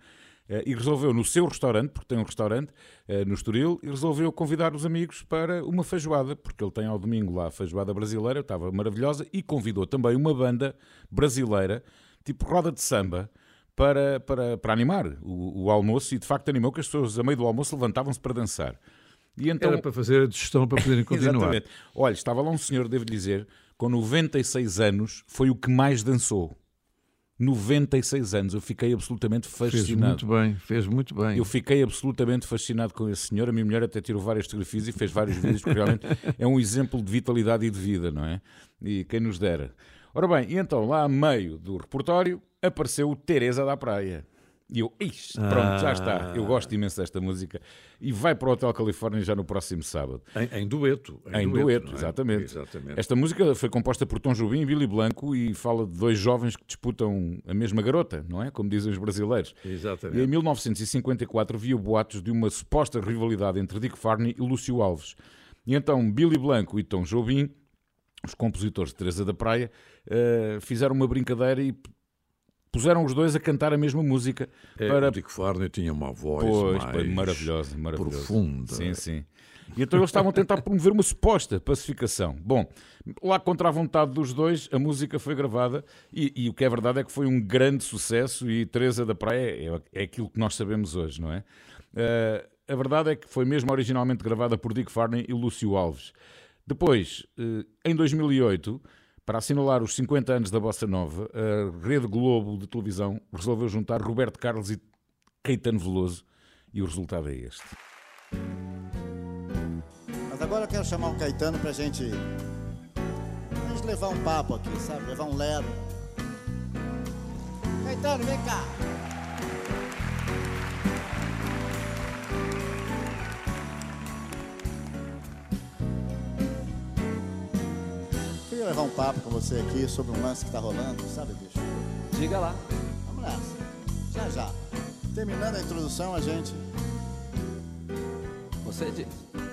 e resolveu no seu restaurante, porque tem um restaurante no Estoril, e resolveu convidar os amigos para uma feijoada, porque ele tem ao domingo lá a feijoada brasileira, estava maravilhosa, e convidou também uma banda brasileira, tipo roda de samba, para animar o almoço, e de facto animou que as pessoas a meio do almoço levantavam-se para dançar. E então... Era para fazer a digestão para poderem continuar. Exatamente. Olha, estava lá um senhor, devo dizer, com 96 anos, foi o que mais dançou. 96 anos, eu fiquei absolutamente fascinado. Fez muito bem. Eu fiquei absolutamente fascinado com esse senhor. A minha mulher até tirou várias fotografias e fez vários vídeos, porque realmente é um exemplo de vitalidade e de vida, não é? E quem nos dera. Ora bem, e então lá a meio do repertório apareceu o Teresa da Praia. E eu, pronto, já está. Eu gosto imenso desta música. E vai para o Hotel Califórnia já no próximo sábado. Em dueto. Em dueto, exatamente. Esta música foi composta por Tom Jobim e Billy Blanco e fala de dois jovens que disputam a mesma garota, não é? Como dizem os brasileiros. Exatamente. E em 1954 havia boatos de uma suposta rivalidade entre Dick Farney e Lúcio Alves. E então Billy Blanco e Tom Jobim, os compositores de Teresa da Praia, fizeram uma brincadeira e puseram os dois a cantar a mesma música. O Dick Farney tinha uma voz mais maravilhosa, profunda. Sim. E então eles estavam a tentar promover uma suposta pacificação. Bom, lá contra a vontade dos dois, a música foi gravada e o que é verdade é que foi um grande sucesso e Teresa da Praia é aquilo que nós sabemos hoje, não é? A verdade é que foi mesmo originalmente gravada por Dick Farney e Lúcio Alves. Depois, em 2008... para assinalar os 50 anos da Bossa Nova, a Rede Globo de televisão resolveu juntar Roberto Carlos e Caetano Veloso e o resultado é este. Mas agora eu quero chamar o Caetano pra gente levar um papo aqui, sabe? Levar um lero. Caetano, vem cá! Levar um papo com você aqui sobre um lance que tá rolando, sabe, bicho? Diga lá. Vamos nessa. Já. Terminando a introdução, a gente... Você diz.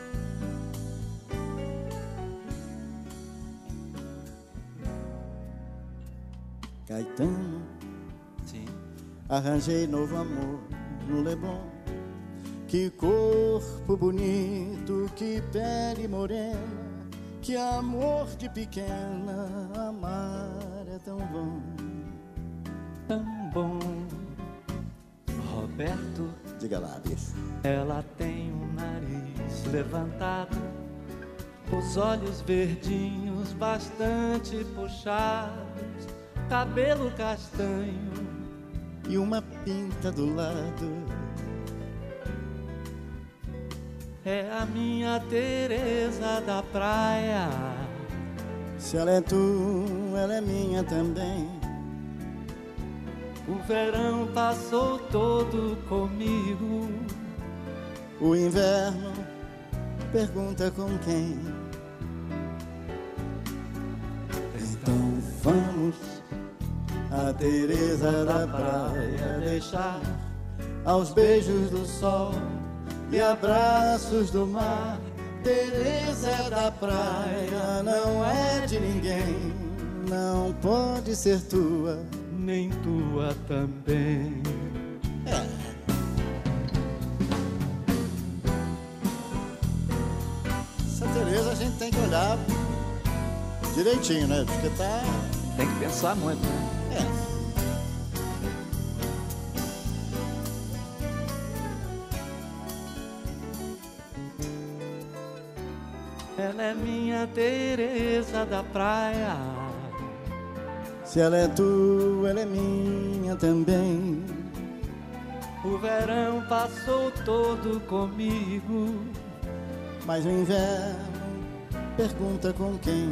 Caetano. Sim. Arranjei novo amor no Leblon. Que corpo bonito, que pele morena. Que amor de pequena, amar é tão bom. Tão bom. Roberto. Diga lá, bicho. Ela tem um nariz levantado, os olhos verdinhos bastante puxados, cabelo castanho e uma pinta do lado. É a minha Teresa da Praia. Se ela é tu, ela é minha também. O verão passou todo comigo. O inverno pergunta com quem. Então vamos a Teresa da Praia deixar aos beijos do sol e abraços do mar. Teresa da Praia não é de ninguém, não pode ser tua, nem tua também. Essa Teresa a gente tem que olhar direitinho, né? Porque tá... Tem que pensar muito, né? Ela é minha Teresa da Praia. Se ela é tua, ela é minha também. O verão passou todo comigo, mas o inverno pergunta com quem.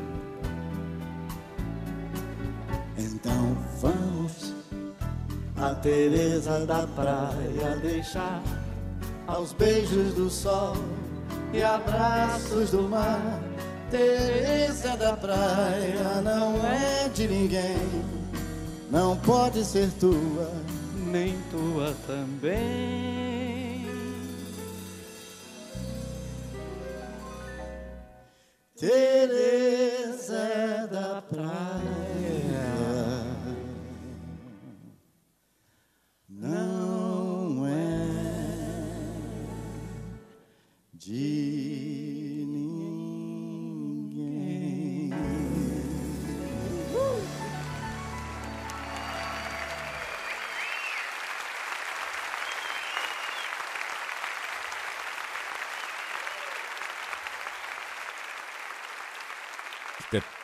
Então vamos a Teresa da Praia deixar aos beijos do sol e abraços do mar. Teresa da Praia não é de ninguém, não pode ser tua, nem tua também. Teresa da Praia não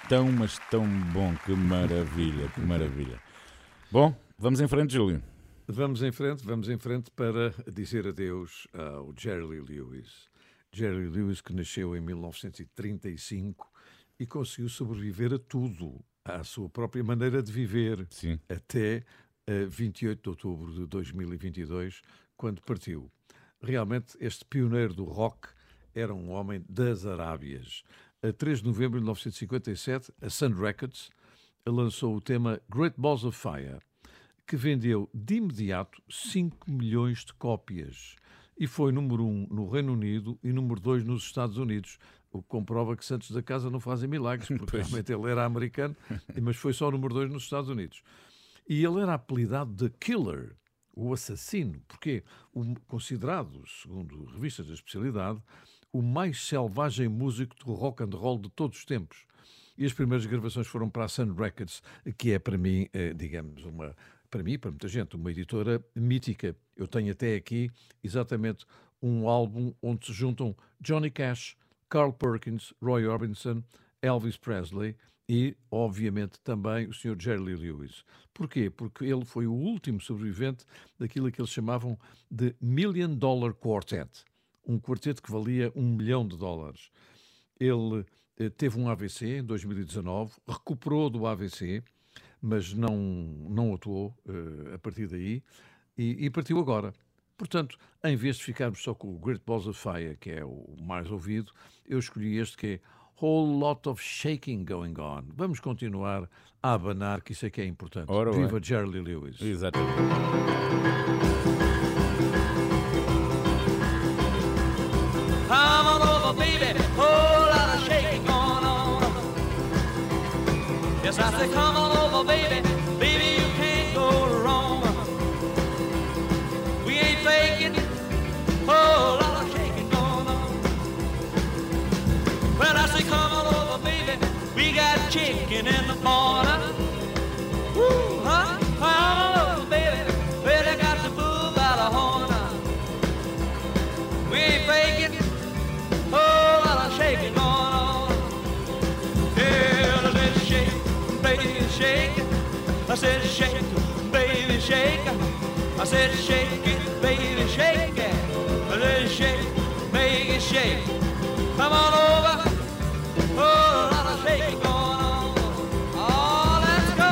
tão, mas tão bom. Que maravilha, que maravilha. Bom, vamos em frente, Júlio. Vamos em frente para dizer adeus ao Jerry Lee Lewis. Jerry Lee Lewis, que nasceu em 1935 e conseguiu sobreviver a tudo, à sua própria maneira de viver, Sim. até 28 de outubro de 2022, quando partiu. Realmente, este pioneiro do rock era um homem das Arábias. A 3 de novembro de 1957, a Sun Records lançou o tema Great Balls of Fire, que vendeu de imediato 5 milhões de cópias e foi número 1 no Reino Unido e número 2 nos Estados Unidos, o que comprova que Santos da Casa não fazem milagres, porque realmente ele era americano, mas foi só o número 2 nos Estados Unidos. E ele era apelidado de Killer, o assassino, porque considerado, segundo revistas da especialidade, o mais selvagem músico de rock and roll de todos os tempos. E as primeiras gravações foram para a Sun Records, que é para mim, digamos, para mim e para muita gente, uma editora mítica. Eu tenho até aqui exatamente um álbum onde se juntam Johnny Cash, Carl Perkins, Roy Orbison, Elvis Presley e, obviamente, também o Sr. Jerry Lee Lewis. Porquê? Porque ele foi o último sobrevivente daquilo que eles chamavam de $1 Million Quartet, um quarteto que valia $1 milhão. Ele teve um AVC em 2019, recuperou do AVC, mas não atuou a partir daí e partiu agora. Portanto, em vez de ficarmos só com o Great Balls of Fire, que é o mais ouvido, eu escolhi este que é Whole Lot of Shaking Going On. Vamos continuar a abanar, que isso é que é importante. Ora, Viva Jerry Lee Lewis. Exatamente. Come on over, baby, whole lot of shaking going on. Yes, I say, come on over, baby, baby, you can't go wrong. We ain't faking, whole lot of shaking going on. Well, I say, come on over, baby, we got chicken in the corner. Woo, huh? Come on over, baby, well, they got the bull by the horn. We ain't faking, oh, lot of shaking going on. Yeah, let's shake, baby, shake. I said shake, baby, shake. I said shake it, baby, shake it. Let's shake, make it shake. Come on over, oh, lot of shaking going on. Oh, let's go.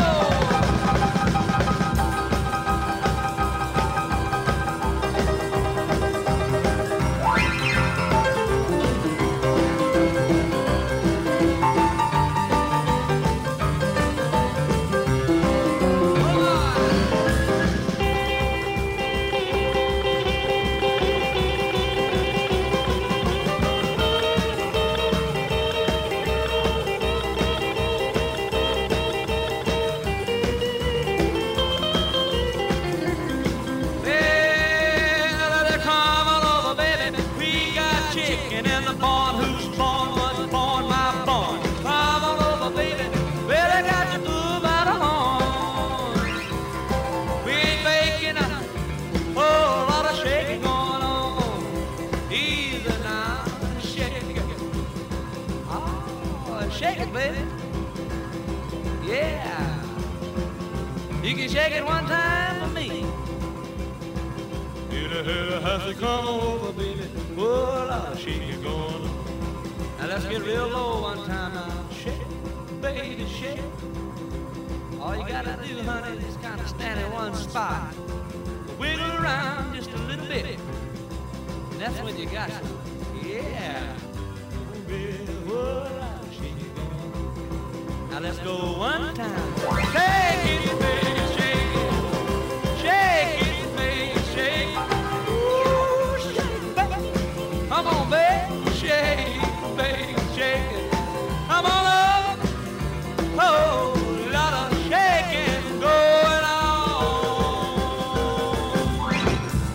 Shake it one time for me. Has to come over, baby. Oh, a lot of shaking going on. Now let's get real low one time now. Shake, baby, shake. All you gotta do, honey, is kind of stand in one spot. Wiggle around just a little bit. And that's when you got some. Yeah. Baby, oh, a lot of shaking going on. Now let's go one time. Take it, baby. Shake it, baby, shake it. Ooh, shake it, baby. Come on, baby, shake it, baby, shake it. Come on up. Oh, lot of shaking going on.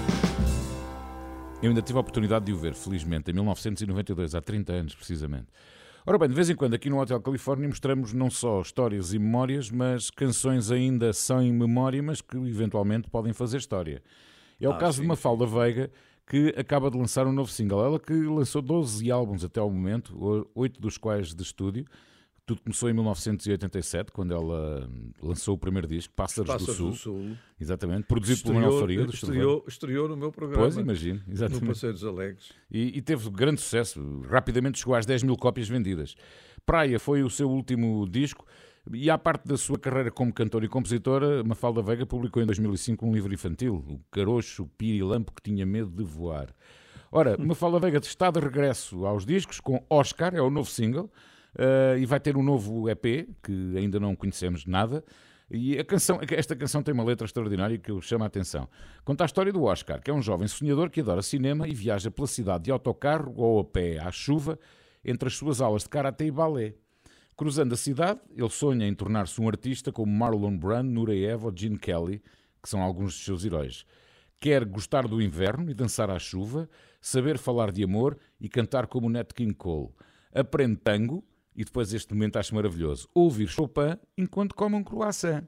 Eu ainda tive a oportunidade de o ver, felizmente, em 1992, há 30 anos, precisamente. Ora bem, de vez em quando aqui no Hotel Califórnia mostramos não só histórias e memórias, mas canções ainda sem memória, mas que eventualmente podem fazer história. É o caso de Mafalda Veiga, que acaba de lançar um novo single. Ela que lançou 12 álbuns até ao momento, 8 dos quais de estúdio, Tudo começou em 1987, quando ela lançou o primeiro disco, Pássaros do Sul. Exatamente, produzido pelo Manuel Faria. Estreou no meu programa. Pois, imagino, exatamente. No Passeio dos Alegres. E teve grande sucesso, rapidamente chegou às 10 mil cópias vendidas. Praia foi o seu último disco, e à parte da sua carreira como cantora e compositora, Mafalda Veiga publicou em 2005 um livro infantil, O Carocho Pirilampo que Tinha Medo de Voar. Ora, Mafalda Veiga está de regresso aos discos com Oscar, é o novo single, e vai ter um novo EP, que ainda não conhecemos nada, e esta canção tem uma letra extraordinária que eu chamo a atenção. Conta a história do Oscar, que é um jovem sonhador que adora cinema e viaja pela cidade de autocarro ou a pé à chuva, entre as suas aulas de karatê e balé. Cruzando a cidade, ele sonha em tornar-se um artista como Marlon Brando, Nureyev ou Gene Kelly, que são alguns dos seus heróis. Quer gostar do inverno e dançar à chuva, saber falar de amor e cantar como Nat King Cole. Aprende tango e depois este momento acho maravilhoso. Ouvir Chopin enquanto come um croissant.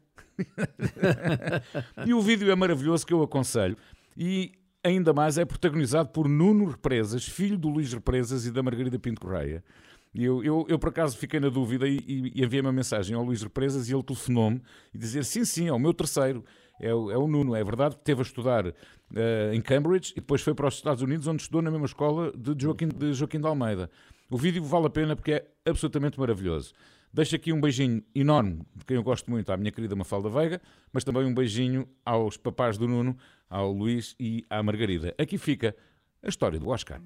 E o vídeo é maravilhoso, que eu aconselho. E ainda mais é protagonizado por Nuno Represas, filho do Luís Represas e da Margarida Pinto Correia. E eu por acaso fiquei na dúvida e enviei uma mensagem ao Luís Represas e ele telefonou-me e dizia sim, é o meu terceiro, é o Nuno. É verdade que esteve a estudar em Cambridge e depois foi para os Estados Unidos, onde estudou na mesma escola de Joaquim de Almeida. O vídeo vale a pena porque é absolutamente maravilhoso. Deixo aqui um beijinho enorme, de quem eu gosto muito, à minha querida Mafalda Veiga, mas também um beijinho aos papás do Nuno, ao Luís e à Margarida. Aqui fica a história do Oscar.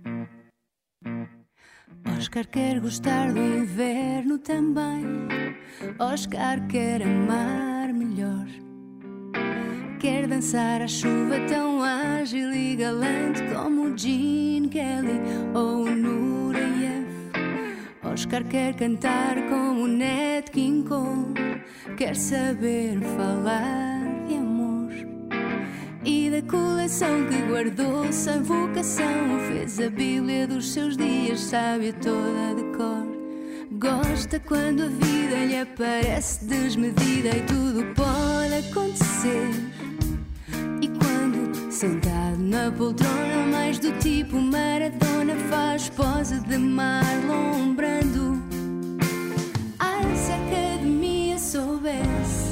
Oscar quer gostar do inverno também. Oscar quer amar melhor. Quer dançar à chuva tão ágil e galante como o Gene Kelly ou o Nureyev. Oscar quer cantar como o Nat King Cole. Quer saber falar de amor e da coleção que guardou sem vocação. Fez a Bíblia dos seus dias, sabe toda de cor. Gosta quando a vida lhe aparece desmedida e tudo pode acontecer. E quando, sentado na poltrona, mais do tipo Maradona, faz pose de Marlon Brando. Ai, se a academia soubesse,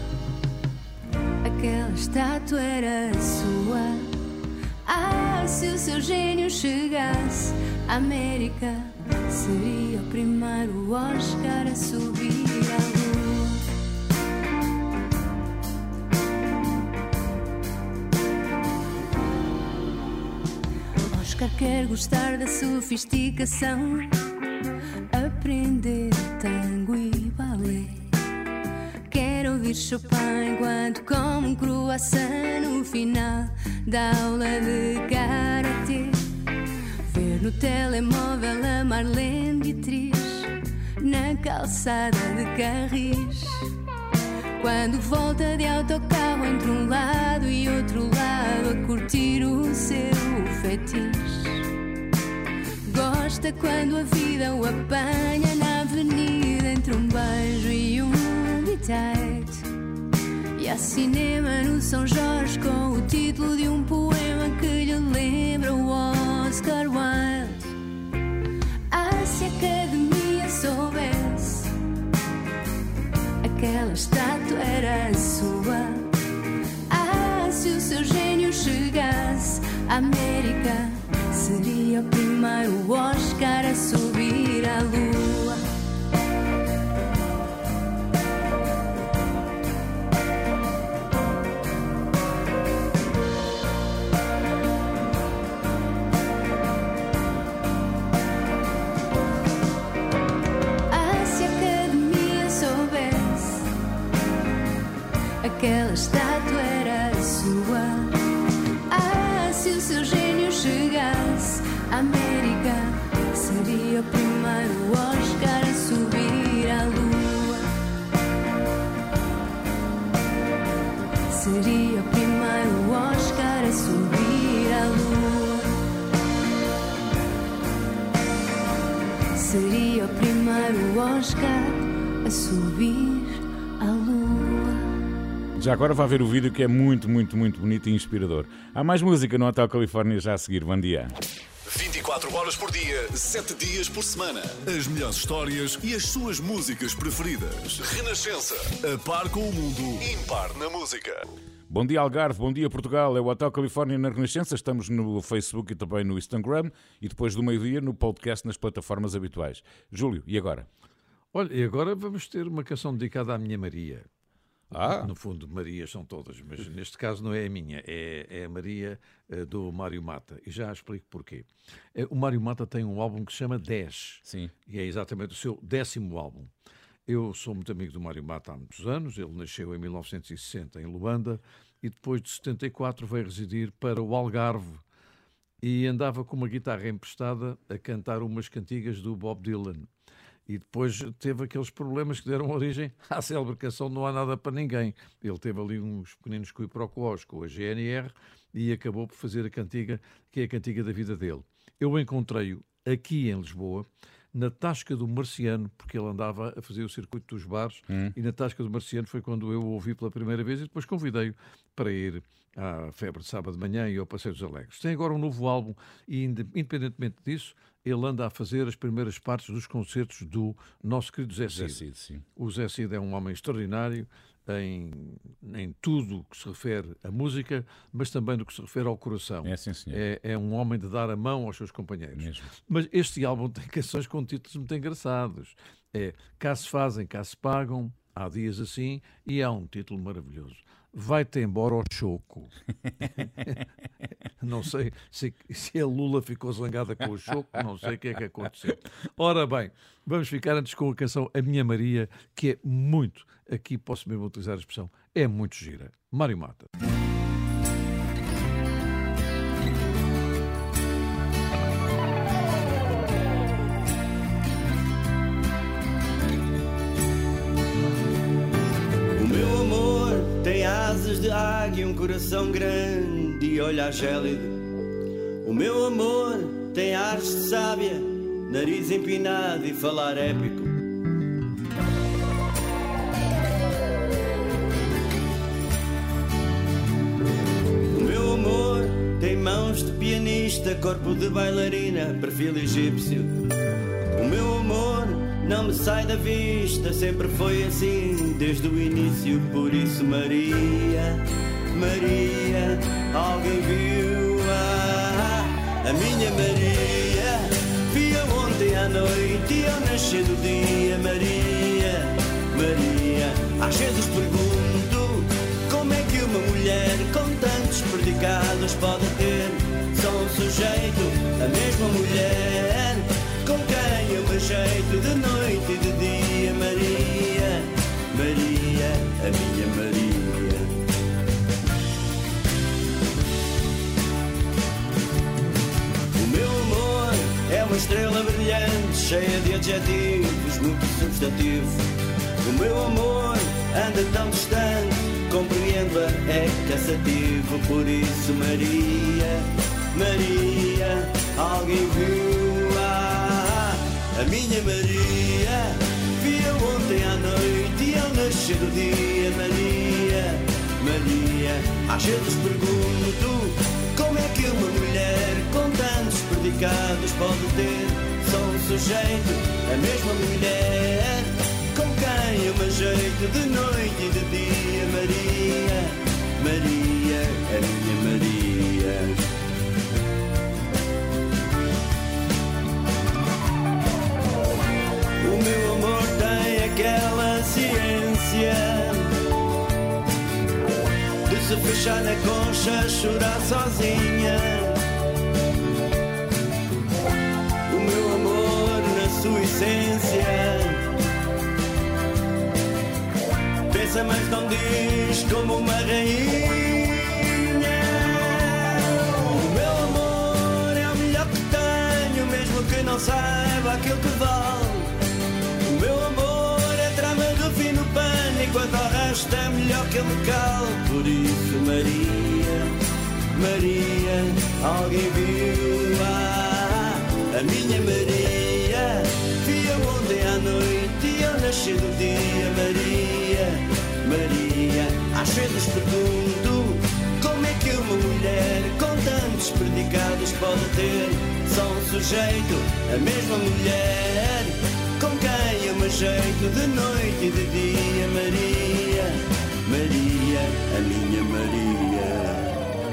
aquela estátua era sua. Ah, se o seu gênio chegasse à América, seria o primeiro Oscar a subir à lua. Oscar quer gostar da sofisticação, aprender tango e balé. Quer ouvir Chopin enquanto come um croissant no final da aula de karatê. Ver no telemóvel a Marlene Dietrich na calçada de Carris. Quando volta de autocarro entre um lado e outro lado a curtir o seu fetiche. Gosta quando a vida o apanha na avenida entre um beijo e um tight. E há cinema no São Jorge com o título de um poema que lhe lembra o Oscar Wilde. Ah, se a academia soubesse, aquela estátua era sua. Ah, se o seu gênio chegasse à América, seria o primeiro Oscar a subir à lua. Aquela estátua era sua. Ah, se o seu gênio chegasse à América, seria o primeiro Oscar a subir à lua. Seria o primeiro Oscar a subir à lua. Seria o primeiro Oscar a subir à lua. Já agora vai ver o vídeo, que é muito, muito, muito bonito e inspirador. Há mais música no Hotel Califórnia já a seguir. Bom dia. 24 24 horas por dia, 7 dias por semana. As melhores histórias e as suas músicas preferidas. Renascença. A par com o mundo. Impar na música. Bom dia, Algarve. Bom dia, Portugal. É o Hotel Califórnia na Renascença. Estamos no Facebook e também no Instagram. E depois do meio-dia no podcast nas plataformas habituais. Júlio, e agora? Olha, e agora vamos ter uma canção dedicada à minha Maria. No fundo, Marias são todas, mas neste caso não é a minha, é a Maria do Mário Mata. E já explico porquê. O Mário Mata tem um álbum que se chama 10. Sim. E é exatamente o seu 10º álbum. Eu sou muito amigo do Mário Mata há muitos anos. Ele nasceu em 1960 em Luanda e depois de 74 veio residir para o Algarve e andava com uma guitarra emprestada a cantar umas cantigas do Bob Dylan. E depois teve aqueles problemas que deram origem à célebre canção Não Há Nada para Ninguém. Ele teve ali uns pequeninos quiproquós com a GNR e acabou por fazer a cantiga, que é a cantiga da vida dele. Eu encontrei-o aqui em Lisboa, na Tasca do Marciano, porque ele andava a fazer o circuito dos bares, e na Tasca do Marciano foi quando eu o ouvi pela primeira vez e depois convidei-o para ir à Febre de Sábado de Manhã e ao Passeio dos Alegres. Tem agora um novo álbum e, independentemente disso, ele anda a fazer as primeiras partes dos concertos do nosso querido Zé Cid. Sim. O Zé Cid é um homem extraordinário em tudo o que se refere à música, mas também no que se refere ao coração. É, sim, senhor. É um homem de dar a mão aos seus companheiros. Mesmo. Mas este álbum tem canções com títulos muito engraçados. É Cá se fazem, cá se pagam, há dias assim, e há um título maravilhoso. Vai-te embora ao choco. Não sei se a Lula ficou zangada com o choco, não sei o que é que aconteceu. Ora bem, vamos ficar antes com a canção A Minha Maria, que é muito, aqui posso mesmo utilizar a expressão, é muito gira. Mário Mata. Tem asas de águia, um coração grande e olhar gélido. O meu amor tem ares de sábia, nariz empinado e falar épico. O meu amor tem mãos de pianista, corpo de bailarina, perfil egípcio. O meu amor não me sai da vista, sempre foi assim desde o início. Por isso Maria, Maria, alguém viu a minha Maria? Vi-a ontem à noite e ao nascer do dia. Maria, Maria, às vezes pergunto como é que uma mulher com tantos predicados pode ter só um sujeito, a mesma mulher com quem eu me jeito de noite e de dia. Maria, Maria, a minha Maria. O meu amor é uma estrela brilhante, cheia de adjetivos, muito substantivo. O meu amor anda tão distante, compreendo-a, é cansativo. Por isso Maria, Maria, alguém viu a minha Maria? Vi-a ontem à noite e ao nascer do dia. Maria, Maria, às vezes pergunto como é que uma mulher com tantos predicados pode ter só um sujeito, a mesma mulher com quem eu me ajeito de noite e de dia. Maria, Maria, a minha Maria. O meu amor tem aquela ciência de se fechar na concha, chorar sozinha. O meu amor na sua essência pensa mas não diz como uma rainha. O meu amor é o melhor que tenho, mesmo que não saiba aquilo que vale. O meu amor é trama do fino pano, enquanto ao resto é melhor que ele cale. Por isso Maria, Maria, alguém viu a minha Maria? Vi-a ontem à noite e ao nascer do dia. Maria, Maria, às vezes pergunto Como é que uma mulher com tantos predicados pode ter só um sujeito, a mesma mulher com quem ama jeito de noite e de dia? Maria, Maria, a minha Maria.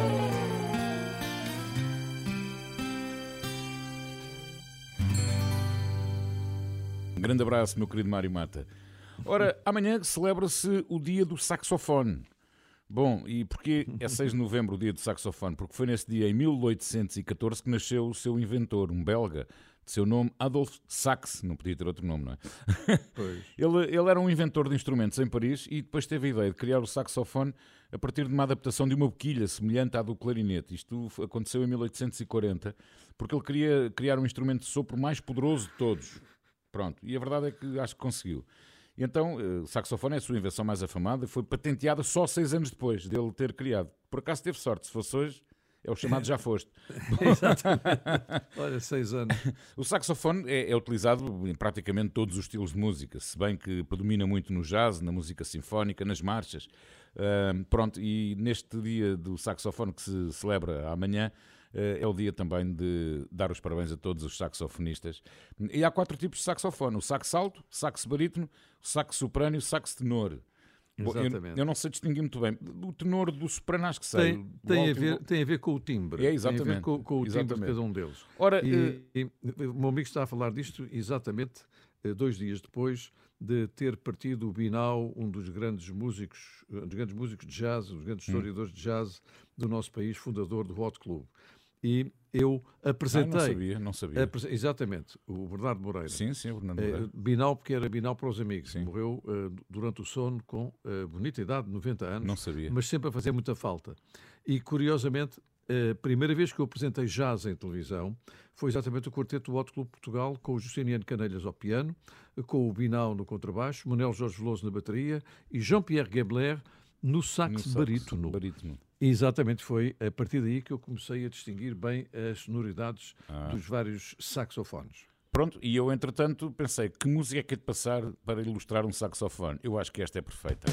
Um grande abraço, meu querido Mário Mata. Ora, amanhã celebra-se o dia do saxofone. Bom, e porquê é 6 de novembro o dia do saxofone? Porque foi nesse dia, em 1814, que nasceu o seu inventor, um belga, de seu nome Adolphe Sax. Não podia ter outro nome, não é? Pois. Ele era um inventor de instrumentos em Paris e depois teve a ideia de criar o saxofone a partir de uma adaptação de uma boquilha semelhante à do clarinete. Isto aconteceu em 1840, porque ele queria criar um instrumento de sopro mais poderoso de todos. Pronto, e a verdade é que acho que conseguiu. E então, o saxofone é a sua invenção mais afamada, foi patenteada só 6 anos depois dele ter criado. Por acaso teve sorte, se fosse hoje, é o chamado já foste. Exatamente. Olha, 6 anos. O saxofone é utilizado em praticamente todos os estilos de música, se bem que predomina muito no jazz, na música sinfónica, nas marchas. Pronto, e neste dia do saxofone que se celebra amanhã, é o dia também de dar os parabéns a todos os saxofonistas. E há 4 tipos de saxofone: o sax alto, o sax barítono, o sax soprano e o sax tenor. Exatamente. Eu não sei distinguir muito bem. O tenor do soprano acho que sei. Tem a ver com o timbre. É, exatamente. Tem a ver com o timbre de cada um deles. Ora, e o meu amigo está a falar disto exatamente 2 dias depois de ter partido o Binau, um dos grandes músicos de jazz, um dos grandes historiadores de jazz do nosso país, fundador do Hot Club. E eu apresentei... Não sabia. Exatamente, o Bernardo Moreira. Sim, o Bernardo Moreira. Binau, porque era Binau para os amigos. Sim. Morreu durante o sono com bonita idade, 90 anos. Não sabia. Mas sempre a fazer muita falta. E, curiosamente, a primeira vez que eu apresentei jazz em televisão foi exatamente o quarteto do Hot Club Portugal, com o Justiniano Canelhas ao piano, com o Binau no contrabaixo, Manuel Jorge Veloso na bateria e Jean-Pierre Gebler no sax barítono. Exatamente, foi a partir daí que eu comecei a distinguir bem as sonoridades dos vários saxofones. Pronto, e eu, entretanto, pensei, que música é que é de passar para ilustrar um saxofone? Eu acho que esta é perfeita.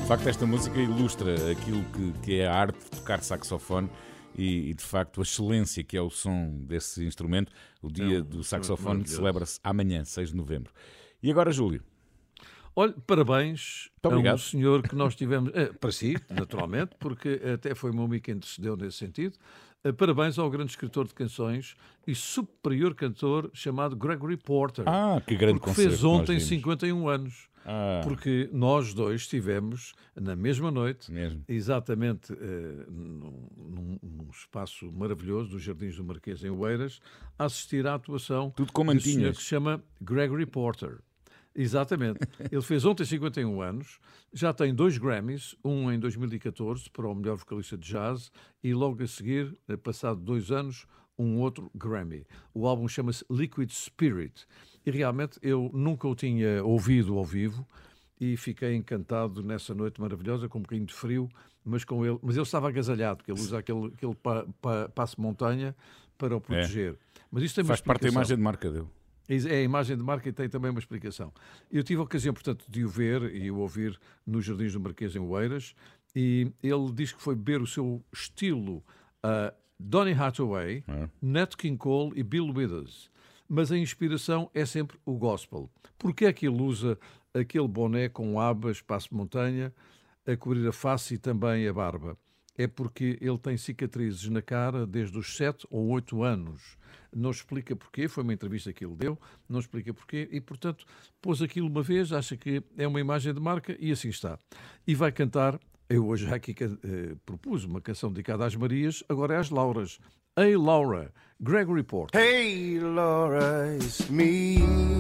De facto, esta música ilustra aquilo que é a arte de tocar saxofone e, de facto, a excelência que é o som desse instrumento. O dia do saxofone celebra-se amanhã, 6 de novembro. E agora, Júlio? Olha, parabéns a obrigado. Um senhor que nós tivemos, para si, naturalmente, porque até foi o meu amigo que antecedeu nesse sentido. Parabéns ao grande escritor de canções e superior cantor chamado Gregory Porter. Que grande porque concerto fez ontem nós vimos. 51 anos. Porque nós dois estivemos na mesma noite, exatamente num espaço maravilhoso dos Jardins do Marquês em Oeiras, a assistir à atuação Tudo com de um senhor mantinhas. que se chama Gregory Porter. Exatamente. Ele fez ontem 51 anos, já tem 2 Grammys, um em 2014 para o melhor vocalista de jazz e logo a seguir, passado 2 anos, um outro Grammy. O álbum chama-se Liquid Spirit e realmente eu nunca o tinha ouvido ao vivo e fiquei encantado nessa noite maravilhosa, com um bocadinho de frio, mas ele estava agasalhado, porque ele usa aquele passe-montanha para o proteger. Mas isto tem uma Faz parte da explicação. imagem de marca dele. É a imagem de marca e tem também uma explicação. Eu tive a ocasião, portanto, de o ver e o ouvir nos Jardins do Marquês em Oeiras e ele diz que foi beber o seu estilo a Donny Hathaway, Nat King Cole e Bill Withers. Mas a inspiração é sempre o gospel. Porquê é que ele usa aquele boné com abas, passe-montanha, a cobrir a face e também a barba? É porque ele tem cicatrizes na cara desde os 7 ou 8 anos. Não explica porquê, foi uma entrevista que ele deu, não explica porquê e, portanto, pôs aquilo uma vez, acha que é uma imagem de marca e assim está. E vai cantar, eu hoje aqui propus uma canção dedicada às Marias, agora é às Lauras. Hey Laura, Gregory Porter. Hey Laura, it's me.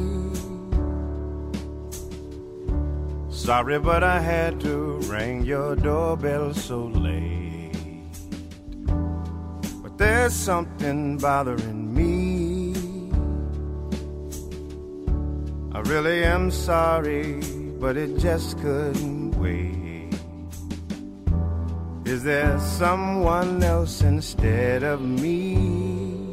Sorry, but I had to ring your doorbell so late. But there's something bothering me. I really am sorry, but it just couldn't wait. Is there someone else instead of me?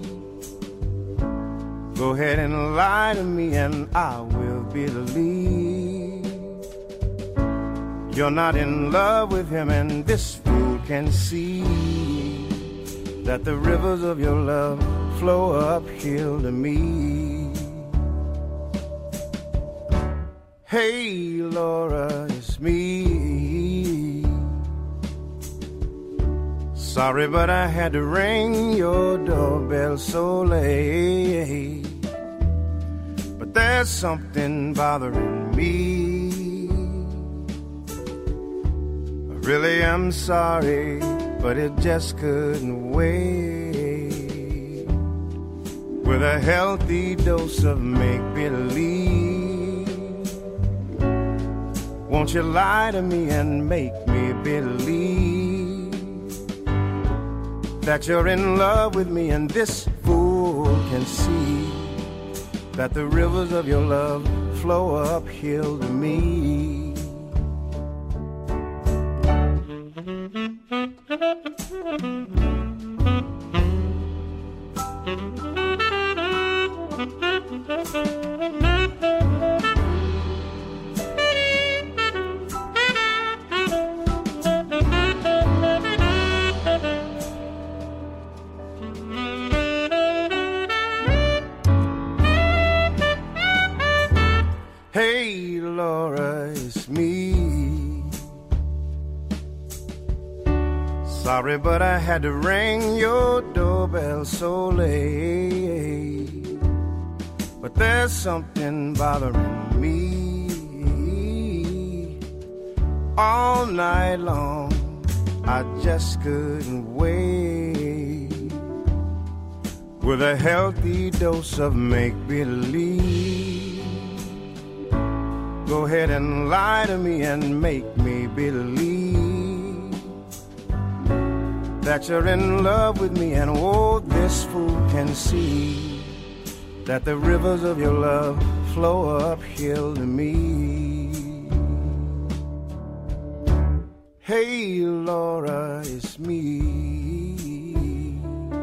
Go ahead and lie to me and I will believe. You're not in love with him and this fool can see that the rivers of your love flow uphill to me. Hey Laura, it's me. Sorry, but I had to ring your doorbell so late. But there's something bothering me. I really am sorry, but it just couldn't wait. With a healthy dose of make-believe, won't you lie to me and make me believe that you're in love with me and this fool can see that the rivers of your love flow uphill to me. Hey Laura, it's me. Sorry, but I had to ring your doorbell so late. But there's something bothering me. All night long, I just couldn't wait. With a healthy dose of make-believe, go ahead and lie to me and make me believe that you're in love with me and oh, this fool can see that the rivers of your love flow uphill to me. Hey Laura, it's me.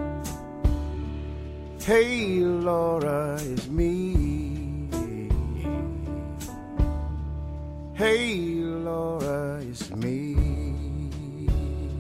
Hey Laura, it's me. Hey Laura, it's me.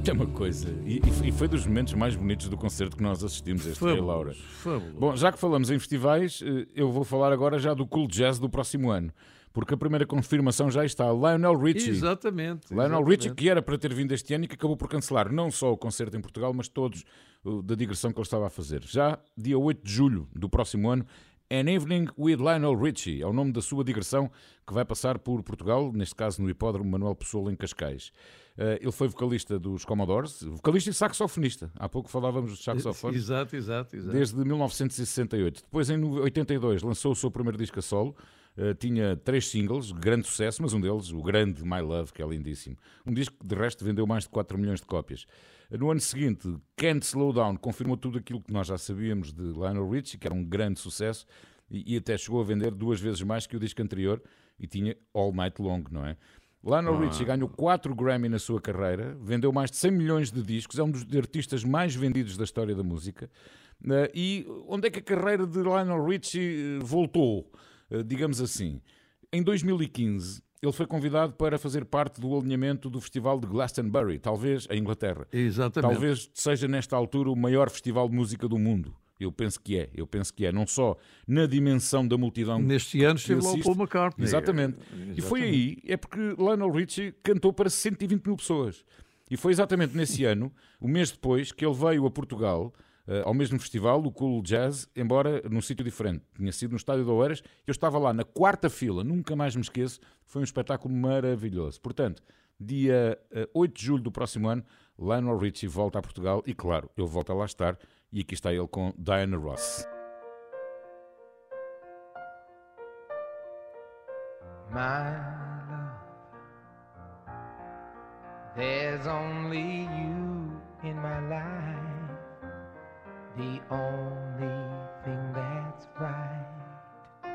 Isto é uma coisa. E foi dos momentos mais bonitos do concerto que nós assistimos a este Rei Laura. Bom, já que falamos em festivais, eu vou falar agora já do Cool Jazz do próximo ano. Porque a primeira confirmação já está. Lionel Richie. Exatamente. Lionel Richie, que era para ter vindo este ano e que acabou por cancelar não só o concerto em Portugal, mas todos da digressão que ele estava a fazer. Já dia 8 de julho do próximo ano, An Evening with Lionel Richie é o nome da sua digressão que vai passar por Portugal, neste caso no Hipódromo Manuel Pessoa em Cascais. Ele foi vocalista dos Commodores, vocalista e saxofonista. Há pouco falávamos dos saxofones. Exato. Desde 1968. Depois, em 82, lançou o seu primeiro disco a solo. Tinha 3 singles, grande sucesso, mas um deles, o grande My Love, que é lindíssimo. Um disco que, de resto, vendeu mais de 4 milhões de cópias. No ano seguinte, Can't Slow Down confirmou tudo aquilo que nós já sabíamos de Lionel Richie, que era um grande sucesso, e até chegou a vender 2 vezes mais que o disco anterior, e tinha All Night Long, não é? Lionel Richie ganhou 4 Grammy na sua carreira, vendeu mais de 100 milhões de discos, é um dos artistas mais vendidos da história da música. E onde é que a carreira de Lionel Richie voltou? Digamos assim, em 2015 ele foi convidado para fazer parte do alinhamento do festival de Glastonbury, talvez em Inglaterra. Exatamente. Talvez seja nesta altura o maior festival de música do mundo. Eu penso que é, não só na dimensão da multidão. Neste ano esteve lá o Paul McCartney. Exatamente. E foi aí, é porque Lionel Richie cantou para 120 mil pessoas. E foi exatamente nesse ano, um mês depois, que ele veio a Portugal, ao mesmo festival, o Cool Jazz, embora num sítio diferente. Tinha sido no Estádio de Oeiras. Eu estava lá na 4ª fila, nunca mais me esqueço. Foi um espetáculo maravilhoso. Portanto, dia 8 de julho do próximo ano, Lionel Richie volta a Portugal e, claro, eu volto a lá estar. E aqui está ele com Diana Ross. My love, there's only you in my life. The only thing that's right.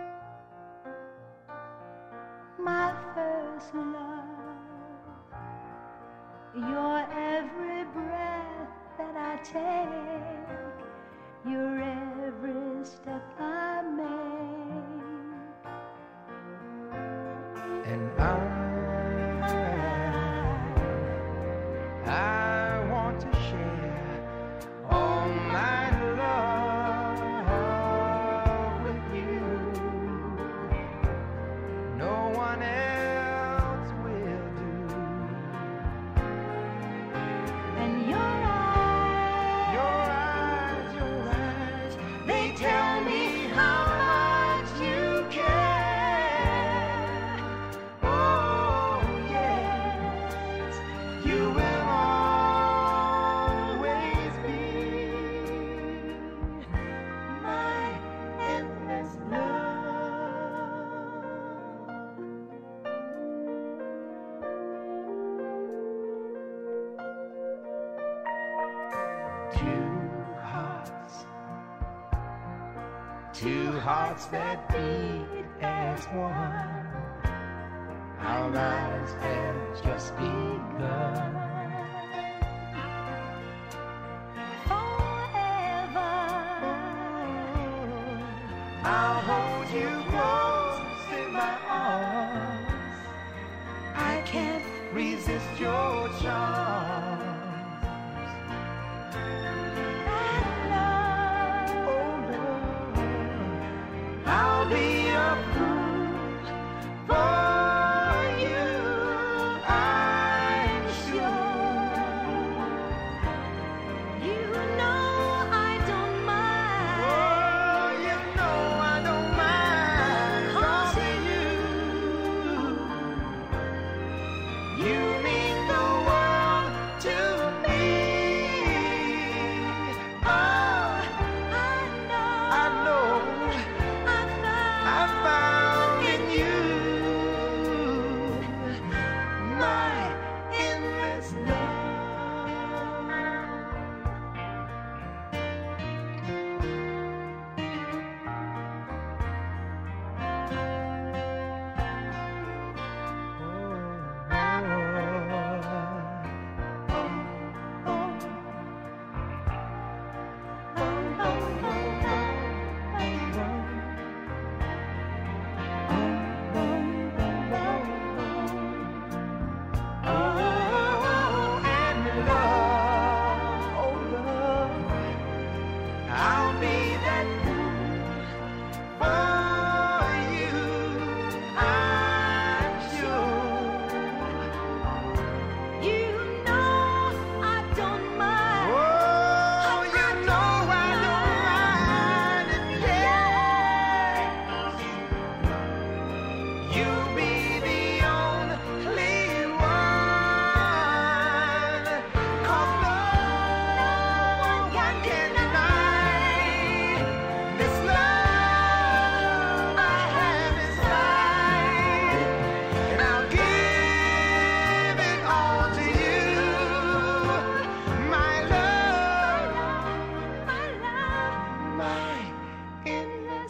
My first love, your every breath that I take, your every step I make. And I want to share all my love with you. No one else will do. And your eyes, they tell me how much you care. Oh yes, you will always be my endless Two hearts that beat as one. Our lives have just begun. I'll hold you close in my arms. I can't resist your charms. Oh Lord, I'll be a fool for you, I'm sure. You know I don't mind. Oh, you know I don't mind. 'Cause you mean the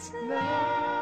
That's love.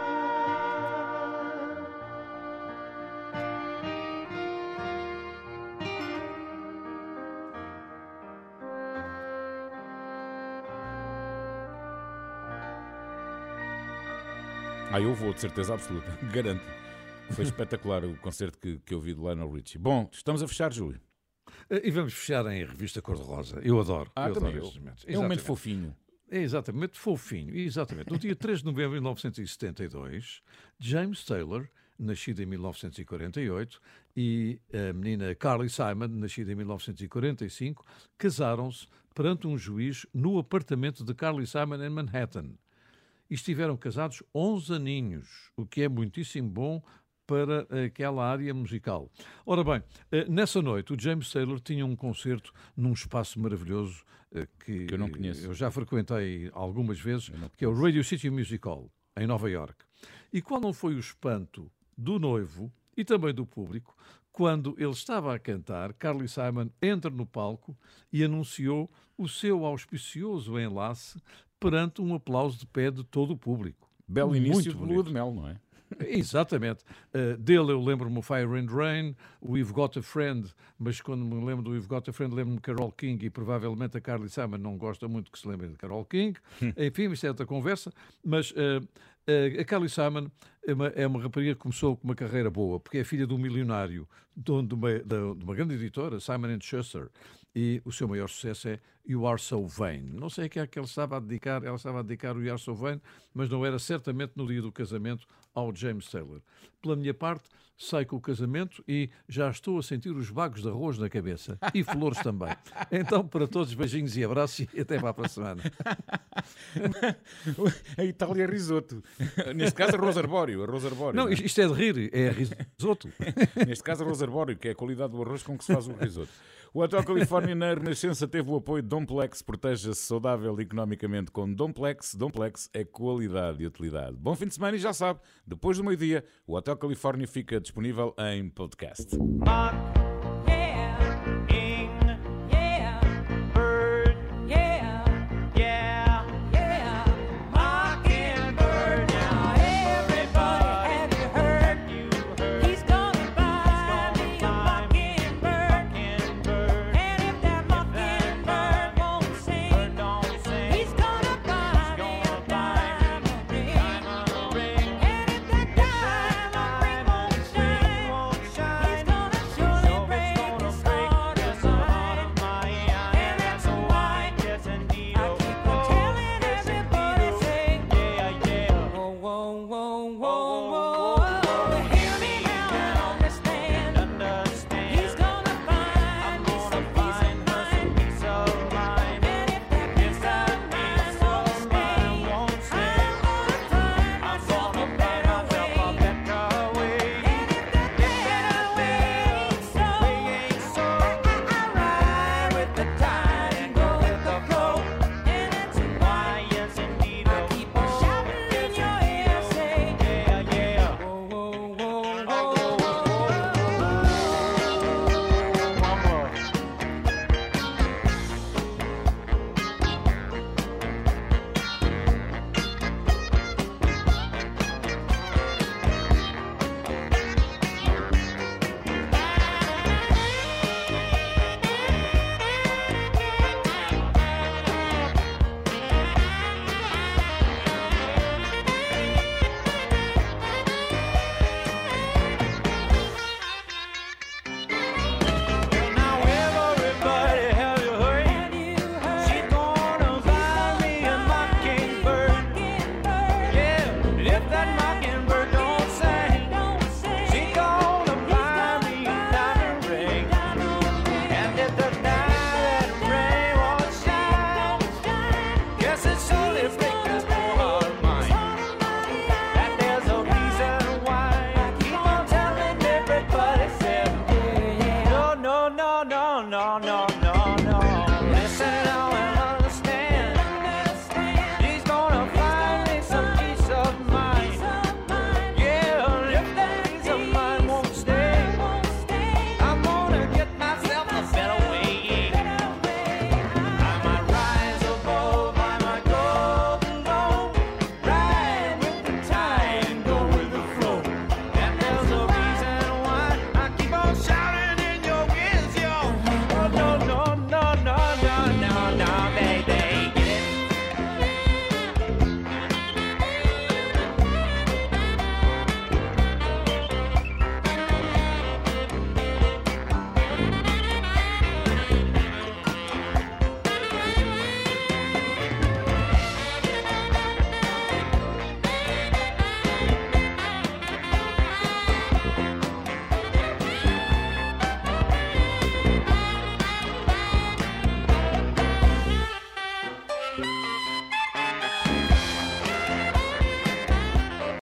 Eu vou, de certeza absoluta, garanto. Foi espetacular o concerto que eu vi de Lionel Richie. Bom, estamos a fechar, Júlio. E vamos fechar em revista Cor-de-Rosa. Eu adoro. Também estes momentos. É um momento fofinho. É exatamente fofinho. Exatamente. No dia 3 de novembro de 1972, James Taylor, nascido em 1948, e a menina Carly Simon, nascida em 1945, casaram-se perante um juiz no apartamento de Carly Simon em Manhattan. E estiveram casados 11 aninhos, o que é muitíssimo bom para aquela área musical. Ora bem, nessa noite o James Taylor tinha um concerto num espaço maravilhoso que eu não conheço. Eu já frequentei algumas vezes, que é o Radio City Music Hall, em Nova Iorque. E qual não foi o espanto do noivo e também do público quando ele estava a cantar, Carly Simon entra no palco e anunciou o seu auspicioso enlace perante um aplauso de pé de todo o público. Belo início de lua de mel, não é? Exatamente. Dele eu lembro-me o Fire and Rain, o We've Got a Friend, mas quando me lembro do We've Got a Friend lembro-me de Carole King e provavelmente a Carly Simon não gosta muito que se lembre de Carole King. Enfim, isto é outra conversa, mas a Carly Simon é uma rapariga que começou com uma carreira boa, porque é filha de um milionário, dono de uma grande editora, Simon & Schuster, e o seu maior sucesso é You Are So Vain. Não sei a que é que ela estava a dedicar o You Are So Vain, mas não era certamente no dia do casamento ao James Taylor. Pela minha parte, sei com o casamento e já estou a sentir os bagos de arroz na cabeça. E flores também. Então, para todos, beijinhos e abraços e até para a semana. A Itália é risoto. Neste caso, arroz arbóreo. Não, isto é de rir, é risoto. Neste caso, arroz arbóreo, que é a qualidade do arroz com que se faz o risoto. O Hotel Califórnia na Renascença teve o apoio de Domplex. Proteja-se saudável e economicamente com Domplex. Domplex é qualidade e utilidade. Bom fim de semana e já sabe, depois do meio-dia, o Hotel Califórnia fica disponível em podcast. Yeah.